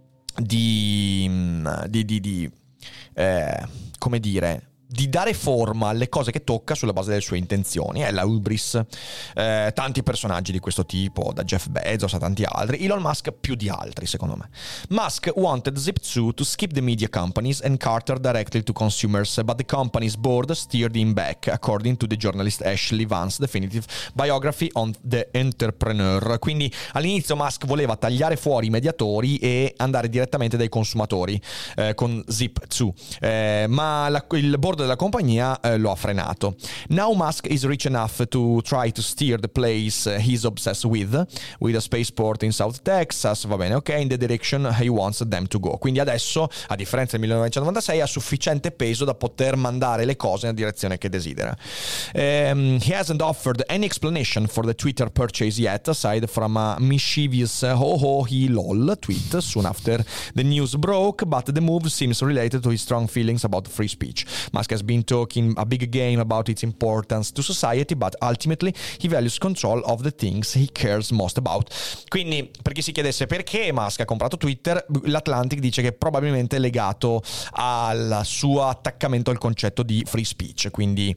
come dire, di dare forma alle cose che tocca sulla base delle sue intenzioni. È la hubris. Tanti personaggi di questo tipo, da Jeff Bezos a tanti altri, Elon Musk più di altri secondo me. Musk wanted Zip2 to skip the media companies and cater directly to consumers, but the company's board steered him back, according to the journalist Ashley Vance definitive biography on the entrepreneur. Quindi all'inizio Musk voleva tagliare fuori i mediatori e andare direttamente dai consumatori con Zip2, ma il board della compagnia lo ha frenato. Now Musk is rich enough to try to steer the place he's obsessed with a spaceport in South Texas, va bene, ok, in the direction he wants them to go. Quindi adesso, a differenza del 1996, ha sufficiente peso da poter mandare le cose nella direzione che desidera. He hasn't offered any explanation for the Twitter purchase yet, aside from a mischievous he lol tweet soon after the news broke, but the move seems related to his strong feelings about free speech. Musk Musk has been talking a big game about its importance to society, but ultimately he values control of the things he cares most about. Quindi, per chi si chiedesse perché Musk ha comprato Twitter, l'Atlantic dice che probabilmente è legato al suo attaccamento al concetto di free speech, quindi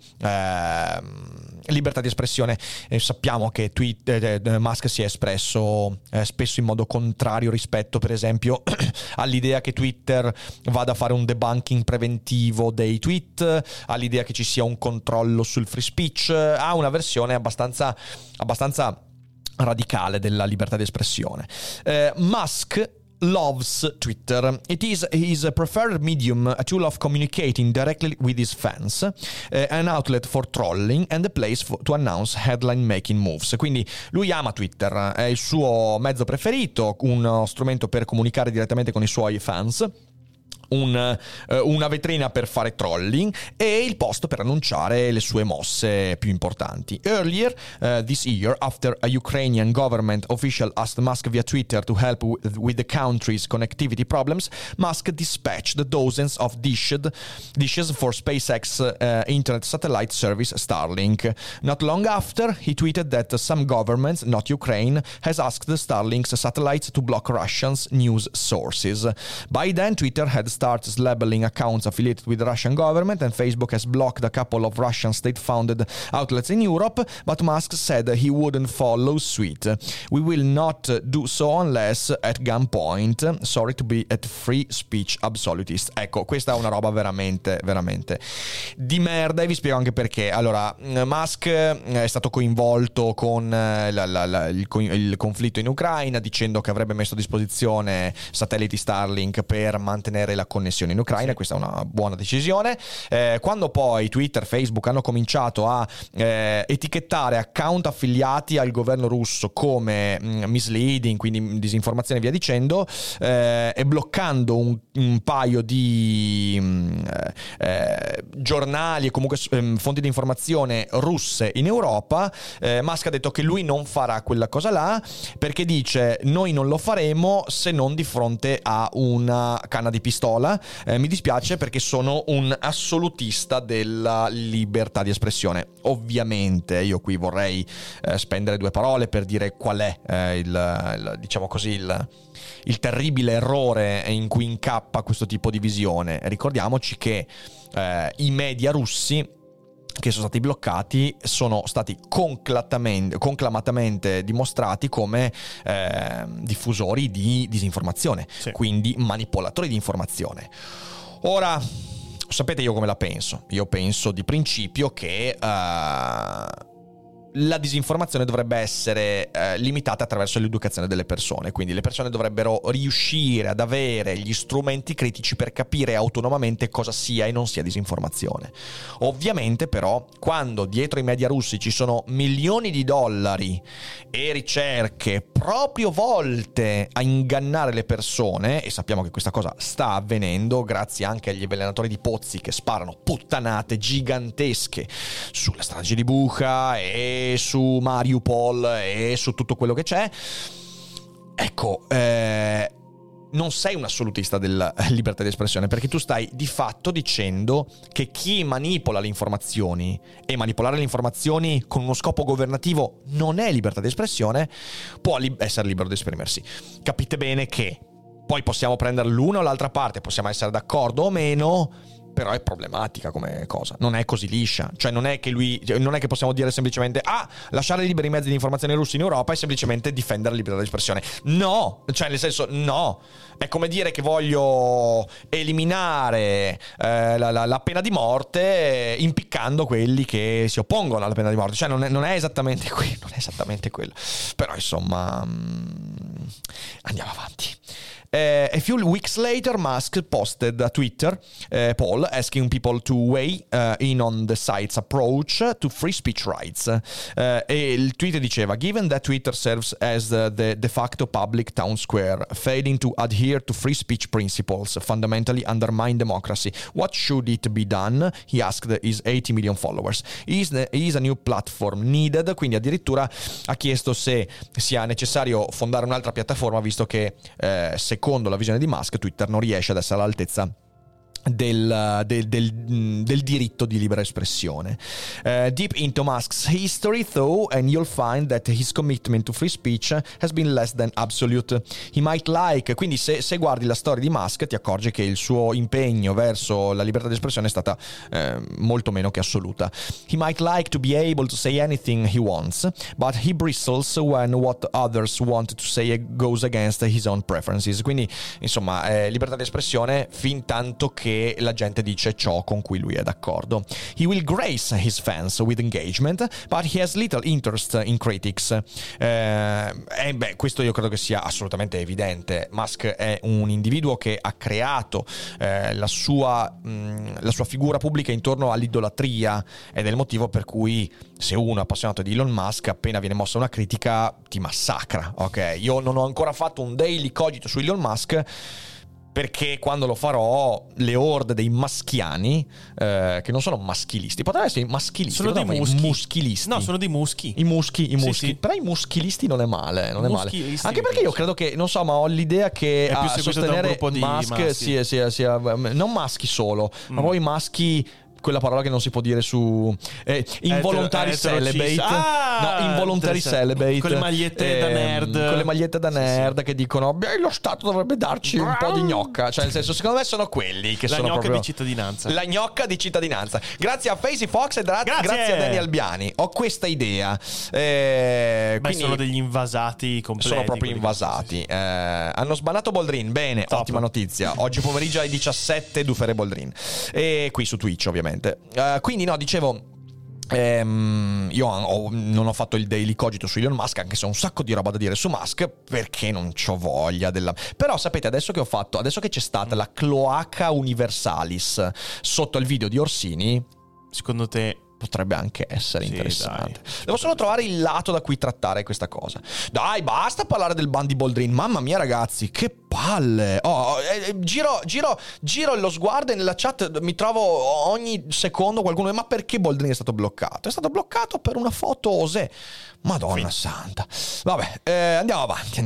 libertà di espressione. Sappiamo che Musk si è espresso spesso in modo contrario rispetto, per esempio, all'idea che Twitter vada a fare un debunking preventivo dei tweet, all'idea che ci sia un controllo sul free speech. Ha una versione abbastanza radicale della libertà di espressione. Musk loves Twitter. It is his preferred medium, a tool of communicating directly with his fans, an outlet for trolling and a place to announce headline-making moves. Quindi lui ama Twitter, è il suo mezzo preferito, uno strumento per comunicare direttamente con i suoi fans, una vetrina per fare trolling e il posto per annunciare le sue mosse più importanti. Earlier this year, after a Ukrainian government official asked Musk via Twitter to help with the country's connectivity problems, Musk dispatched dozens of dishes for SpaceX internet satellite service Starlink. Not long after, he tweeted that some governments, not Ukraine, has asked Starlink's satellites to block Russians' news sources. By then, Twitter had starts labeling accounts affiliated with the Russian government, and Facebook has blocked a couple of Russian state-founded outlets in Europe, but Musk said he wouldn't follow suit. We will not do so unless at gunpoint. Sorry to be a free speech absolutist. Ecco, questa è una roba veramente, veramente di merda, e vi spiego anche perché. Allora, Musk è stato coinvolto con il conflitto in Ucraina, dicendo che avrebbe messo a disposizione satelliti Starlink per mantenere la connessione in Ucraina. Sì. Questa è una buona decisione. Quando poi Twitter, Facebook hanno cominciato a etichettare account affiliati al governo russo come misleading, quindi disinformazione e via dicendo, e bloccando un paio di giornali e comunque fonti di informazione russe in Europa, Musk ha detto che lui non farà quella cosa là, perché dice: noi non lo faremo se non di fronte a una canna di pistola. Mi dispiace, perché sono un assolutista della libertà di espressione. Ovviamente io qui vorrei spendere due parole per dire qual è diciamo così il terribile errore in cui incappa questo tipo di visione. Ricordiamoci che i media russi che sono stati bloccati sono stati conclamatamente dimostrati come diffusori di disinformazione, sì. Quindi manipolatori di informazione. Ora, sapete io come la penso? Io penso di principio che la disinformazione dovrebbe essere limitata attraverso l'educazione delle persone, quindi le persone dovrebbero riuscire ad avere gli strumenti critici per capire autonomamente cosa sia e non sia disinformazione. Ovviamente però, quando dietro i media russi ci sono milioni di dollari e ricerche proprio volte a ingannare le persone, e sappiamo che questa cosa sta avvenendo grazie anche agli avvelenatori di pozzi che sparano puttanate gigantesche sulla strage di Bucha e su Mariupol e su tutto quello che c'è. Ecco, non sei un assolutista della libertà di espressione, perché tu stai di fatto dicendo che chi manipola le informazioni, e manipolare le informazioni con uno scopo governativo non è libertà di espressione, può essere libero di esprimersi. Capite bene che poi possiamo prendere l'una o l'altra parte, possiamo essere d'accordo o meno, però è problematica come cosa, non è così liscia. Cioè non è che possiamo dire semplicemente lasciare liberi i mezzi di informazione russi in Europa e semplicemente difendere la libertà di espressione. No, cioè nel senso, no, è come dire che voglio eliminare la pena di morte impiccando quelli che si oppongono alla pena di morte. Cioè non è esattamente quello. Però insomma, andiamo avanti. A few weeks later, Musk posted a Twitter poll asking people to weigh in on the site's approach to free speech rights. E il tweet diceva: given that Twitter serves as the de facto public town square, failing to adhere to free speech principles fundamentally undermine democracy, what should it be done? He asked his 80 million followers. Is a new platform needed? Quindi addirittura ha chiesto se sia necessario fondare un'altra piattaforma, visto che secondo la visione di Musk Twitter non riesce ad essere all'altezza del diritto di libera espressione. Deep into Musk's history though, and you'll find that his commitment to free speech has been less than absolute. He might like, quindi se guardi la storia di Musk ti accorgi che il suo impegno verso la libertà di espressione è stata molto meno che assoluta. He might like to be able to say anything he wants, but he bristles when what others want to say goes against his own preferences. Quindi insomma libertà di espressione fin tanto che la gente dice ciò con cui lui è d'accordo. He will grace his fans with engagement, but he has little interest in critics. Questo io credo che sia assolutamente evidente. Musk è un individuo che ha creato la sua figura pubblica intorno all'idolatria, ed è il motivo per cui se uno è appassionato di Elon Musk, appena viene mossa una critica ti massacra. Ok, io non ho ancora fatto un daily cogito su Elon Musk, perché quando lo farò le orde dei maschiani, che non sono maschilisti, potrebbero essere maschilisti, sono dei muschilisti. No, sono dei muschi. I muschi. Sì. Però i muschilisti non è male, Anche perché io credo che, non so, ma ho l'idea che è più a sostenere Musk sia non maschi solo, ma poi maschi, quella parola che non si può dire su involuntary celibate. Involuntary celibate. Con le magliette da nerd. Con le magliette da nerd che dicono lo Stato dovrebbe darci un po' di gnocca. Cioè, nel senso, secondo me sono quelli che la sono gnocca proprio di cittadinanza. La gnocca di cittadinanza. Grazie a Facey Fox e grazie a Danny Albiani. Ho questa idea. Quindi sono degli invasati completi. Sono proprio invasati. Hanno sbannato Boldrin. Bene, top. Ottima notizia. Oggi pomeriggio alle 17 Dufere Boldrin. E qui su Twitch, ovviamente. Quindi no, dicevo, io non ho fatto il daily cogito su Elon Musk, anche se ho un sacco di roba da dire su Musk, perché non c'ho voglia Però sapete, adesso che c'è stata la cloaca universalis sotto il video di Orsini, secondo te potrebbe anche essere interessante. Dai. Devo solo trovare il lato da cui trattare questa cosa. Dai, basta parlare del ban di Boldrin. Mamma mia, ragazzi, che palle. Giro lo sguardo e nella chat mi trovo ogni secondo qualcuno. Ma perché Boldrin è stato bloccato? È stato bloccato per una foto osè. Madonna santa. Vabbè, andiamo avanti.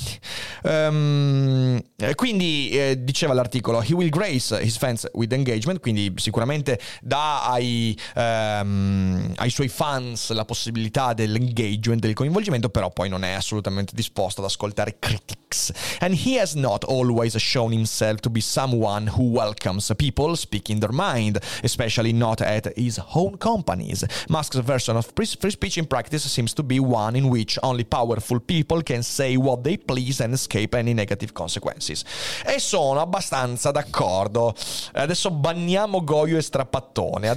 Quindi diceva l'articolo, he will grace his fans with engagement, quindi sicuramente dà ai suoi fans la possibilità dell'engagement, del coinvolgimento, però poi non è assolutamente disposto ad ascoltare critics. And he has not always shown himself to be someone who welcomes people speaking their mind, especially not at his own companies. Musk's version of free speech in practice seems to be one in which only powerful people can say what they please and escape any negative consequences. E sono abbastanza d'accordo. Adesso banniamo Goio e Strapattone.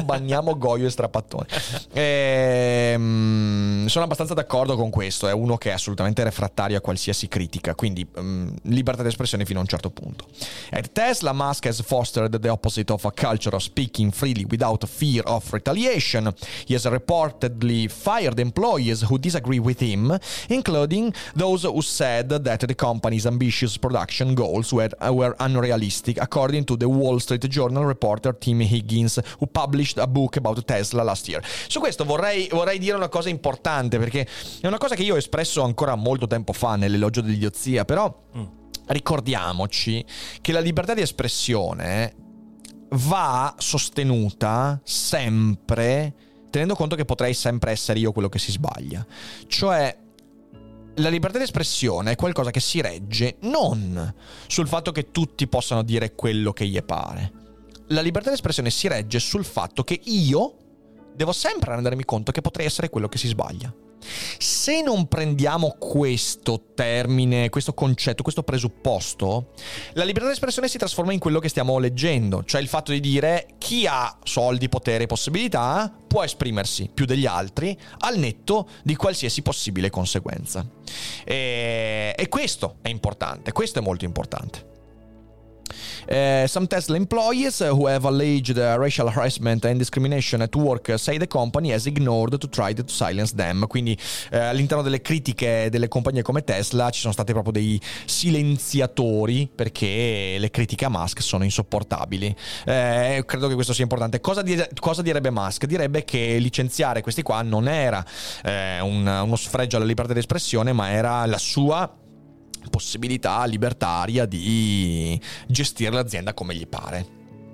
Sono abbastanza d'accordo con questo. È uno che è assolutamente refrattario a qualsiasi critica, quindi libertà di espressione fino a un certo punto. At Tesla, Musk has fostered the opposite of a culture of speaking freely without fear of retaliation. He has reportedly fired employees who disagree with him, including those who said that the company's ambitious production goals were unrealistic, according to the Wall Street Journal reporter Tim Higgins, who published a book about Tesla last year. Su questo vorrei dire una cosa importante, perché è una cosa che io ho espresso ancora molto tempo fa nell'elogio dell'idiozia, però ricordiamoci che la libertà di espressione va sostenuta sempre tenendo conto che potrei sempre essere io quello che si sbaglia. Cioè, la libertà di espressione è qualcosa che si regge non sul fatto che tutti possano dire quello che gli pare. La libertà di espressione si regge sul fatto che io devo sempre rendermi conto che potrei essere quello che si sbaglia. Se non prendiamo questo termine, questo concetto, questo presupposto, la libertà di espressione si trasforma in quello che stiamo leggendo, cioè il fatto di dire chi ha soldi, potere e possibilità può esprimersi più degli altri al netto di qualsiasi possibile conseguenza. E questo è importante, questo è molto importante. Some Tesla employees who have alleged racial harassment and discrimination at work say the company has ignored to try to silence them. Quindi all'interno delle critiche delle compagnie come Tesla ci sono stati proprio dei silenziatori, perché le critiche a Musk sono insopportabili. Credo che questo sia importante. Cosa direbbe Musk? Direbbe che licenziare questi qua non era uno sfregio alla libertà di espressione, ma era la sua possibilità libertaria di gestire l'azienda come gli pare.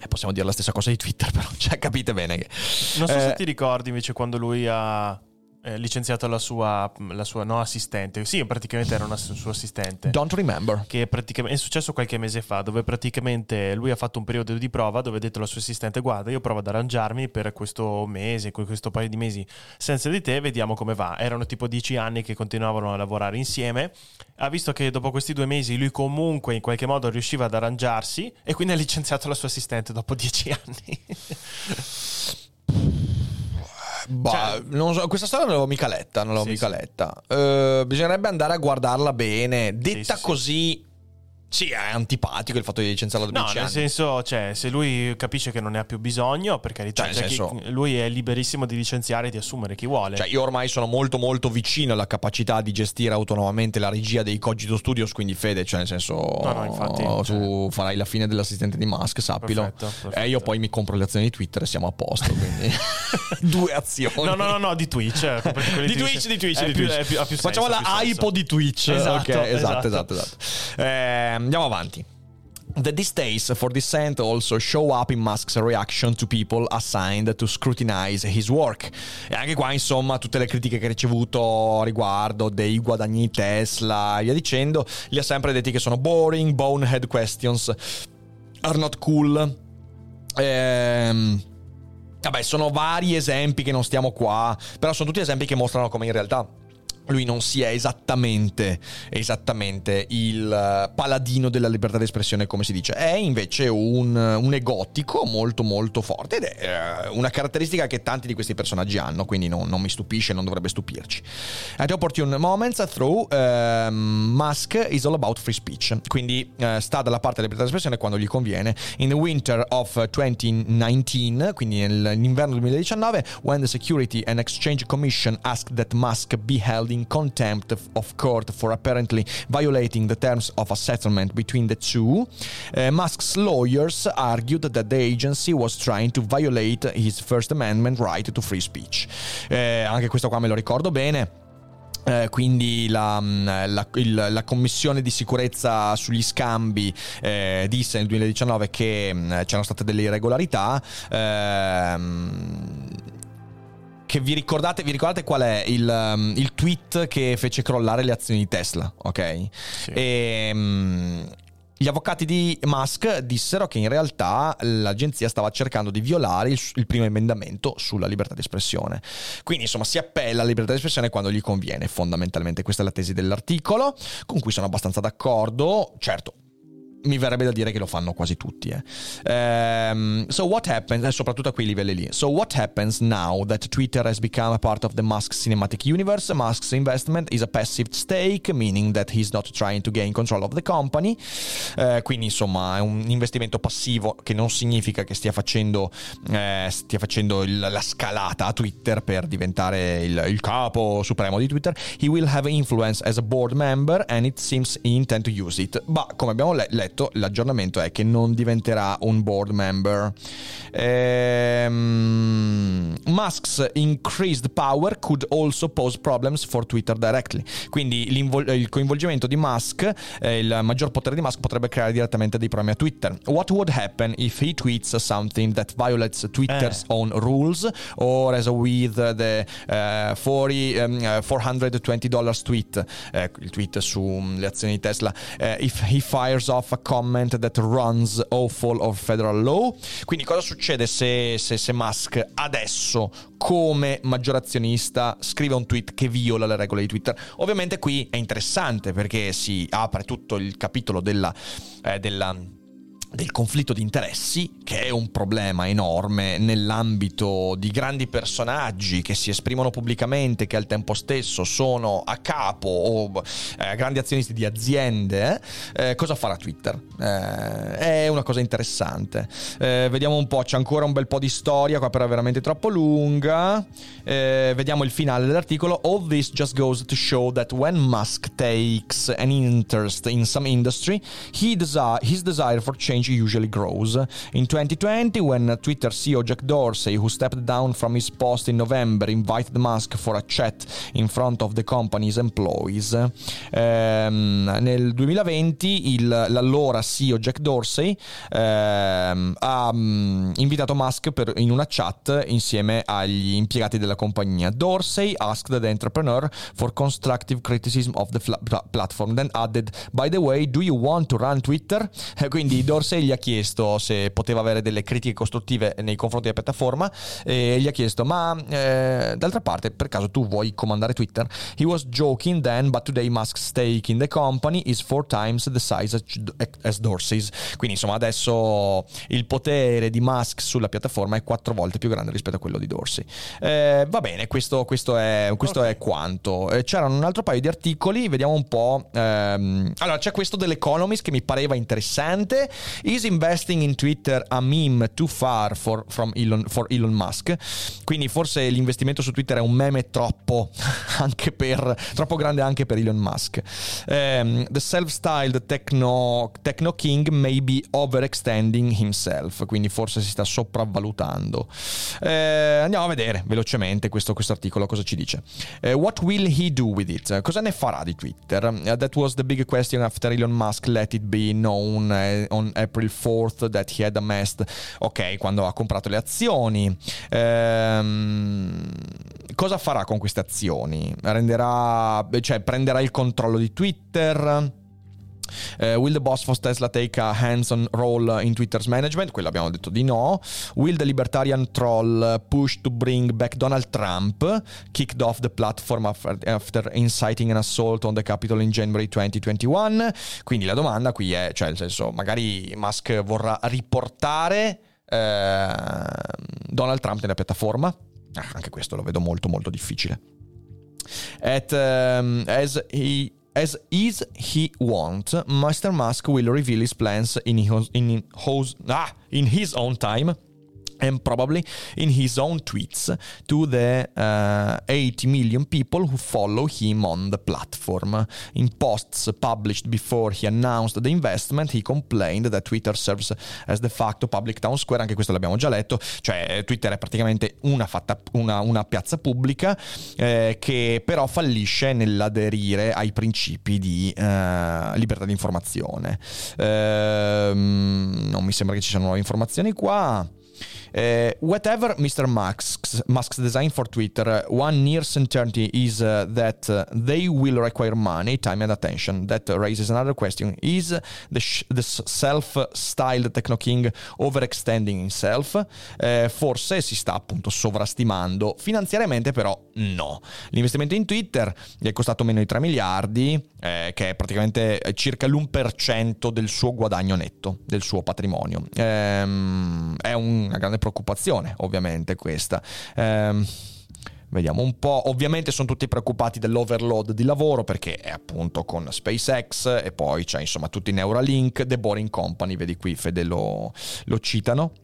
possiamo dire la stessa cosa di Twitter, però, cioè, capite bene che... Non so se ti ricordi invece quando lui ha licenziato la sua no, assistente. Sì, praticamente era una sua assistente. Don't remember. Che praticamente è successo qualche mese fa, dove praticamente lui ha fatto un periodo di prova dove ha detto alla sua assistente: guarda, io provo ad arrangiarmi per questo mese, questo paio di mesi senza di te, vediamo come va. Erano tipo 10 anni che continuavano a lavorare insieme. Ha visto che dopo questi 2 mesi lui comunque in qualche modo riusciva ad arrangiarsi e quindi ha licenziato la sua assistente dopo 10 anni. Non so, questa storia non l'avevo mica letta. Bisognerebbe andare a guardarla bene. Detta così, sì, è antipatico il fatto di licenziarlo da 10 anni. No, nel senso, cioè, se lui capisce che non ne ha più bisogno, per carità, lui è liberissimo di licenziare e di assumere chi vuole. Cioè, io ormai sono molto molto vicino alla capacità di gestire autonomamente la regia dei Cogito Studios, quindi Fede, cioè nel senso, no, infatti, tu farai la fine dell'assistente di Musk, sappilo. Perfetto. Io poi mi compro le azioni di Twitter e siamo a posto, quindi 2 azioni. No, di Twitch. Di Twitch. Ha più Facciamo senso, la hypo di Twitch. Esatto. Andiamo avanti. The distaste for dissent also show up in Musk's reaction to people assigned to scrutinize his work. E anche qua, insomma, tutte le critiche che ha ricevuto riguardo dei guadagni Tesla e via dicendo, li ha sempre detti che sono boring, bonehead questions, are not cool. Vabbè, sono vari esempi che non stiamo qua, però sono tutti esempi che mostrano come in realtà lui non sia esattamente il paladino della libertà d'espressione, come si dice. È invece un egotico molto molto forte, ed è una caratteristica che tanti di questi personaggi hanno, quindi non mi stupisce, non dovrebbe stupirci. At opportune moments through Musk is all about free speech, quindi sta dalla parte della libertà d'espressione quando gli conviene. In the winter of 2019, quindi nell'inverno 2019, when the Security and Exchange Commission asked that Musk be held in contempt of court for apparently violating the terms of a settlement between the two, Musk's lawyers argued that the agency was trying to violate his First Amendment right to free speech. Anche questo qua me lo ricordo bene. Quindi la commissione di sicurezza sugli scambi disse nel 2019 che c'erano state delle irregolarità. Che vi ricordate qual è il tweet che fece crollare le azioni di Tesla, ok? Sì. E gli avvocati di Musk dissero che in realtà l'agenzia stava cercando di violare il primo emendamento sulla libertà di espressione. Quindi insomma si appella alla libertà di espressione quando gli conviene, fondamentalmente questa è la tesi dell'articolo, con cui sono abbastanza d'accordo. Certo, mi verrebbe da dire che lo fanno quasi tutti. So what happens, soprattutto a quei livelli lì. So what happens now that Twitter has become a part of the Musk cinematic universe? Musk's investment is a passive stake, meaning that he's not trying to gain control of the company. Quindi insomma è un investimento passivo, che non significa che stia facendo la scalata a Twitter per diventare il capo supremo di Twitter. He will have influence as a board member and it seems he intend to use it. Ma come abbiamo letto, l'aggiornamento è che non diventerà un board member. Musk's increased power could also pose problems for Twitter directly. Quindi il coinvolgimento di Musk, il maggior potere di Musk potrebbe creare direttamente dei problemi a Twitter. What would happen if he tweets something that violates Twitter's own rules, or as with the $420 tweet, il tweet sulle azioni di Tesla, if he fires off a comment that runs awful of federal law. Quindi cosa succede se Musk adesso, come maggior azionista, scrive un tweet che viola le regole di Twitter? Ovviamente qui è interessante perché si apre tutto il capitolo del conflitto di interessi, che è un problema enorme nell'ambito di grandi personaggi che si esprimono pubblicamente, che al tempo stesso sono a capo o grandi azionisti di aziende. Cosa farà Twitter? È una cosa interessante. Vediamo un po', c'è ancora un bel po' di storia qua, però è veramente troppo lunga. Vediamo il finale dell'articolo. All this just goes to show that when Musk takes an interest in some industry, his desire for change change usually grows. In 2020, when Twitter CEO Jack Dorsey, who stepped down from his post in November, invited Musk for a chat in front of the company's employees. Nel 2020 l'allora CEO Jack Dorsey ha invitato Musk in una chat insieme agli impiegati della compagnia. Dorsey asked the entrepreneur for constructive criticism of the platform, then added, by the way, do you want to run Twitter? Quindi Dorsey gli ha chiesto se poteva avere delle critiche costruttive nei confronti della piattaforma e gli ha chiesto, ma d'altra parte per caso tu vuoi comandare Twitter? He was joking then, but today Musk's stake in the company is 4 times the size as Dorsey's. Quindi insomma adesso il potere di Musk sulla piattaforma è 4 volte più grande rispetto a quello di Dorsey. Va bene, questo è quanto. C'erano un altro paio di articoli, vediamo un po'. Allora c'è questo dell'Economist che mi pareva interessante. Is investing in Twitter a meme too far for Elon Musk? Quindi forse l'investimento su Twitter è un meme troppo grande anche per Elon Musk. The self-styled techno king may be overextending himself, quindi forse si sta sopravvalutando. Andiamo a vedere velocemente questo articolo cosa ci dice. What will he do with it? Cosa ne farà di Twitter? That was the big question after Elon Musk let it be known on April 4th that he had amassed, quando ha comprato le azioni. Cosa farà con queste azioni? Prenderà il controllo di Twitter? Will the boss of Tesla take a hands-on role in Twitter's management? Quello abbiamo detto di no. Will the libertarian troll push to bring back Donald Trump, kicked off the platform after inciting an assault on the Capitol in January 2021? Quindi la domanda qui è, nel senso, magari Musk vorrà riportare Donald Trump nella piattaforma? Anche questo lo vedo molto molto difficile. As is he wont, Mr. Musk will reveal his plans in his own time and probably in his own tweets to the 80 million people who follow him on the platform. In posts published before he announced the investment, he complained that Twitter serves as de facto public town square. Anche questo l'abbiamo già letto, cioè Twitter è praticamente una piazza pubblica che però fallisce nell'aderire ai principi di libertà di informazione. Non mi sembra che ci siano nuove informazioni qua. Whatever Mr. Musk's design for Twitter, one near certainty is that they will require money, time and attention. That raises another question. Is the self-styled techno king overextending himself? Forse si sta appunto sovrastimando finanziariamente, però no. L'investimento in Twitter gli è costato meno di 3 miliardi, che è praticamente circa l'1% del suo guadagno netto, del suo patrimonio. È una grande preoccupazione, ovviamente, questa. Vediamo un po'. Ovviamente sono tutti preoccupati dell'overload di lavoro, perché è appunto con SpaceX e poi c'è insomma tutti i Neuralink, The Boring Company, vedi qui Fede lo citano.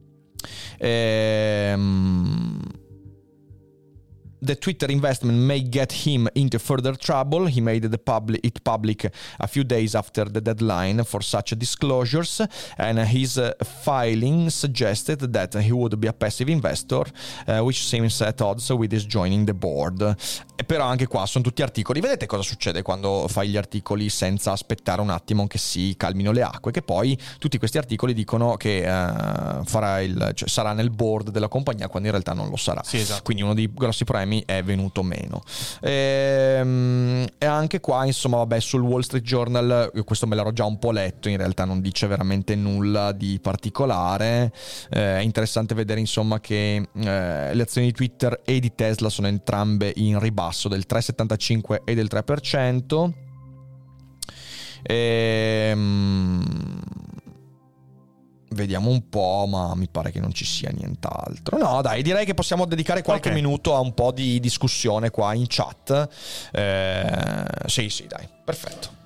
The Twitter investment may get him into further trouble. He made it public a few days after the deadline for such disclosures, and his filing suggested that he would be a passive investor, which seems at odds with his joining the board. E però anche qua sono tutti articoli. Vedete cosa succede quando fai gli articoli senza aspettare un attimo che si calmino le acque? Che poi tutti questi articoli dicono che sarà nel board della compagnia, quando in realtà non lo sarà. Sì, esatto. Quindi uno dei grossi problemi è venuto meno. E anche qua insomma sul Wall Street Journal, questo me l'ero già un po' letto, in realtà non dice veramente nulla di particolare. È interessante vedere insomma che le azioni di Twitter e di Tesla sono entrambe in ribasso del 3,75 e del 3%. Vediamo un po', ma mi pare che non ci sia nient'altro. No, dai, direi che possiamo dedicare qualche minuto a un po' di discussione qua in chat. Sì, dai, perfetto.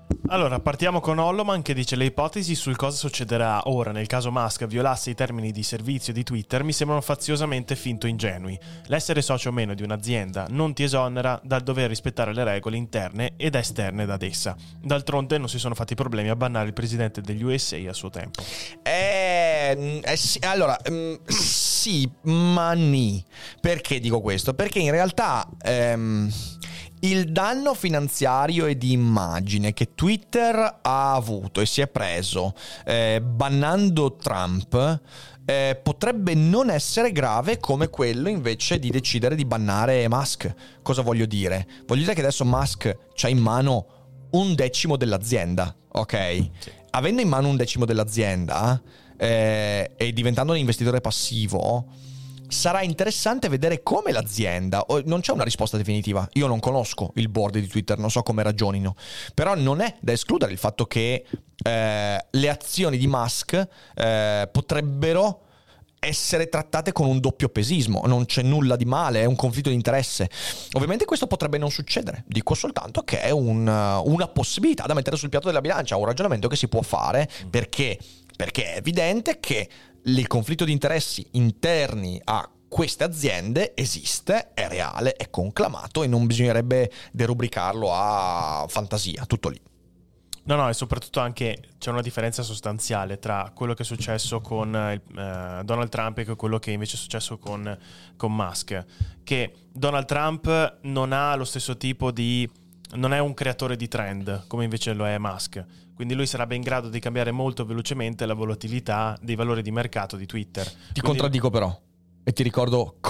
Allora, partiamo con Holloman che dice: le ipotesi sul cosa succederà ora nel caso Musk violasse i termini di servizio di Twitter mi sembrano faziosamente finto ingenui. L'essere socio o meno di un'azienda non ti esonera dal dover rispettare le regole interne ed esterne ad essa. D'altronde non si sono fatti problemi a bannare il presidente degli USA a suo tempo. Sì, allora, sì, ma ni. Perché dico questo? Perché in realtà il danno finanziario e di immagine che Twitter ha avuto e si è preso bannando Trump potrebbe non essere grave come quello invece di decidere di bannare Musk. Cosa voglio dire? Voglio dire che adesso Musk c'ha in mano 1/10 dell'azienda, ok? Sì. Avendo in mano 1/10 dell'azienda e diventando un investitore passivo, sarà interessante vedere come l'azienda, non c'è una risposta definitiva, io non conosco il board di Twitter, non so come ragionino, però non è da escludere il fatto che le azioni di Musk potrebbero essere trattate con un doppio pesismo. Non c'è nulla di male, è un conflitto di interesse. Ovviamente questo potrebbe non succedere, dico soltanto che è una possibilità da mettere sul piatto della bilancia, un ragionamento che si può fare, perché è evidente che il conflitto di interessi interni a queste aziende esiste, è reale, è conclamato e non bisognerebbe derubricarlo a fantasia, tutto lì. No, e soprattutto anche c'è una differenza sostanziale tra quello che è successo con Donald Trump e quello che invece è successo con Musk, che Donald Trump non ha lo stesso tipo di... non è un creatore di trend come invece lo è Musk, quindi lui sarebbe in grado di cambiare molto velocemente la volatilità dei valori di mercato di Twitter. Contraddico però e ti ricordo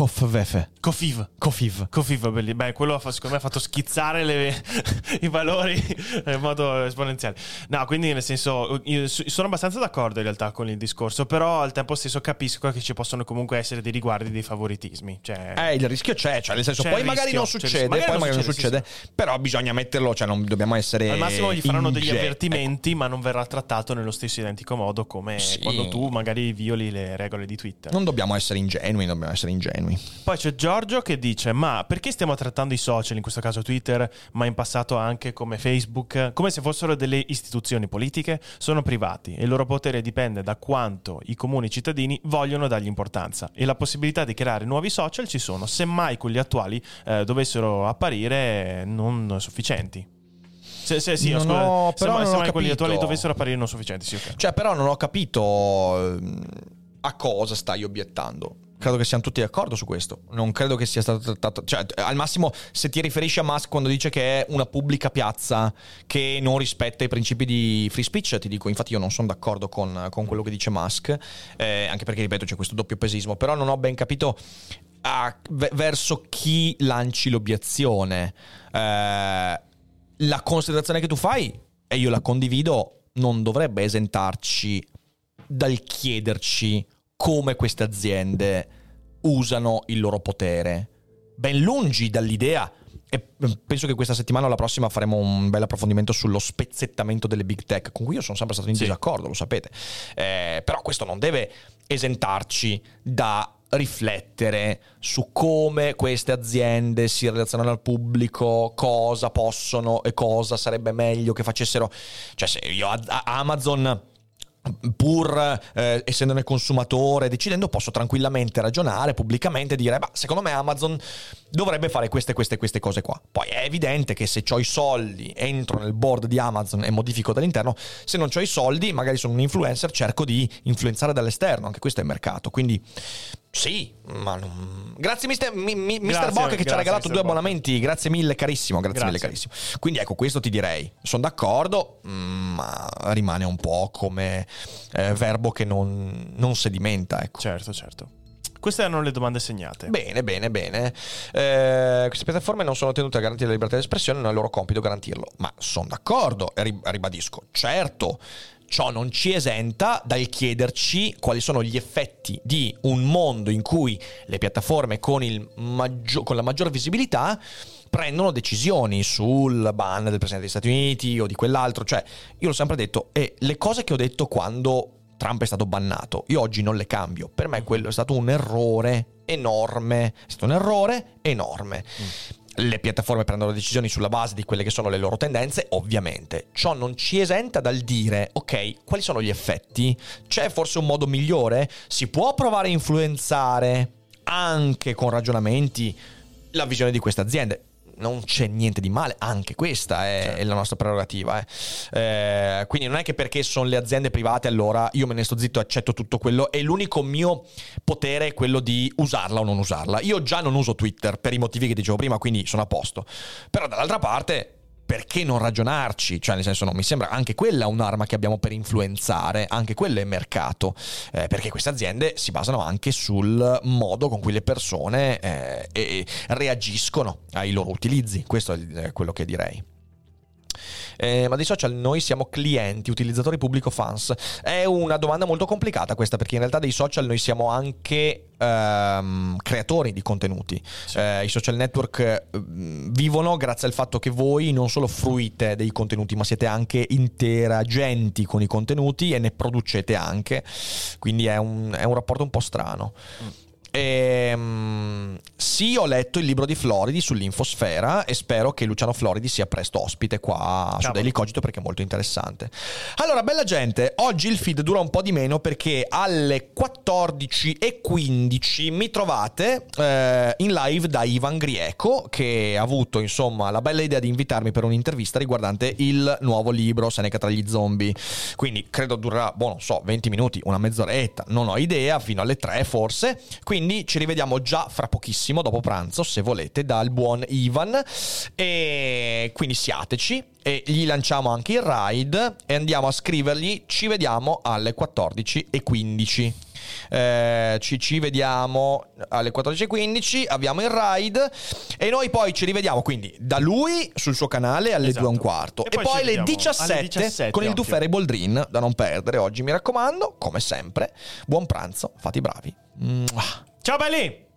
Kofiv, belli. Beh, quello secondo me ha fatto schizzare i valori in modo esponenziale. No, quindi nel senso io sono abbastanza d'accordo in realtà con il discorso, però al tempo stesso capisco che ci possono comunque essere dei riguardi, dei favoritismi. Cioè, il rischio c'è nel senso poi magari non succede, sì. Però bisogna metterlo, cioè non dobbiamo essere al massimo gli faranno degli avvertimenti, ma non verrà trattato nello stesso identico modo come quando tu magari violi le regole di Twitter. Non dobbiamo essere ingenui. Poi c'è Giorgio che dice: ma perché stiamo trattando i social, in questo caso Twitter, ma in passato anche come Facebook, come se fossero delle istituzioni politiche? Sono privati e il loro potere dipende da quanto i comuni cittadini vogliono dargli importanza, e la possibilità di creare nuovi social ci sono, semmai quelli attuali dovessero apparire non sufficienti. Semmai quelli attuali dovessero apparire non sufficienti, sì, okay. Cioè, però non ho capito a cosa stai obiettando. Credo che siamo tutti d'accordo su questo. Non credo che sia stato trattato. Cioè, al massimo, se ti riferisci a Musk quando dice che è una pubblica piazza che non rispetta i principi di free speech, ti dico, infatti io non sono d'accordo con quello che dice Musk, anche perché, ripeto, c'è questo doppio pesismo. Però non ho ben capito verso chi lanci l'obiezione. La considerazione che tu fai, e io la condivido, non dovrebbe esentarci dal chiederci come queste aziende usano il loro potere. Ben lungi dall'idea, e penso che questa settimana o la prossima faremo un bel approfondimento sullo spezzettamento delle big tech, con cui io sono sempre stato in disaccordo, lo sapete. Però questo non deve esentarci da riflettere su come queste aziende si relazionano al pubblico, cosa possono e cosa sarebbe meglio che facessero. Cioè, se io Amazon, pur essendone consumatore, decidendo, posso tranquillamente ragionare pubblicamente e dire: secondo me Amazon dovrebbe fare queste cose qua. Poi è evidente che se ho i soldi entro nel board di Amazon e modifico dall'interno, se non ho i soldi magari sono un influencer, cerco di influenzare dall'esterno, anche questo è il mercato, quindi sì, ma non... Grazie Mr. Bock che ci ha regalato 2 abbonamenti, grazie mille carissimo, grazie mille carissimo. Quindi ecco, questo ti direi, sono d'accordo, ma rimane un po' come verbo che non sedimenta, ecco. Certo. Queste erano le domande segnate. Bene. Queste piattaforme non sono tenute a garantire la libertà di espressione, non è il loro compito garantirlo. Ma sono d'accordo e ribadisco, certo, ciò non ci esenta dal chiederci quali sono gli effetti di un mondo in cui le piattaforme con la maggior visibilità prendono decisioni sul ban del Presidente degli Stati Uniti o di quell'altro. Cioè, io l'ho sempre detto, e le cose che ho detto quando Trump è stato bannato, io oggi non le cambio. Per me quello è stato un errore enorme. le piattaforme prendono decisioni sulla base di quelle che sono le loro tendenze, ovviamente. Ciò non ci esenta dal dire, ok, quali sono gli effetti? C'è forse un modo migliore? Si può provare a influenzare anche con ragionamenti la visione di queste aziende? Non c'è niente di male, anche questa è la nostra prerogativa. Quindi non è che perché sono le aziende private allora io me ne sto zitto e accetto tutto quello, e l'unico mio potere è quello di usarla o non usarla. Io già non uso Twitter per i motivi che dicevo prima, quindi sono a posto. Però dall'altra parte, perché non ragionarci? Cioè, nel senso, non mi sembra anche quella un'arma che abbiamo per influenzare, anche quello è mercato, perché queste aziende si basano anche sul modo con cui le persone reagiscono ai loro utilizzi. Questo è quello che direi. Ma dei social noi siamo clienti, utilizzatori, pubblico, fans? È una domanda molto complicata questa, perché in realtà dei social noi siamo anche creatori di contenuti. Sì. I social network vivono grazie al fatto che voi non solo fruite dei contenuti, ma siete anche interagenti con i contenuti e ne producete anche, quindi è un rapporto un po' strano. Sì, ho letto il libro di Floridi sull'infosfera e spero che Luciano Floridi sia presto ospite qua su Daily Cogito, perché è molto interessante. Allora, bella gente, oggi il feed dura un po' di meno perché alle 14:15 mi trovate in live da Ivan Grieco, che ha avuto insomma la bella idea di invitarmi per un'intervista riguardante il nuovo libro Seneca tra gli zombie. Quindi credo durerà, non so, 20 minuti, una mezz'oretta, non ho idea, fino alle 3 forse. Quindi ci rivediamo già fra pochissimo, dopo pranzo, se volete, dal buon Ivan. E quindi siateci, e gli lanciamo anche il ride e andiamo a scrivergli: ci vediamo alle 14:15. Ci vediamo alle 14:15, abbiamo il ride e noi poi ci rivediamo quindi da lui sul suo canale alle 2:15 e poi alle 17 con il Duffere Boldrin, da non perdere oggi, mi raccomando. Come sempre, buon pranzo, fate i bravi. Ciao belli!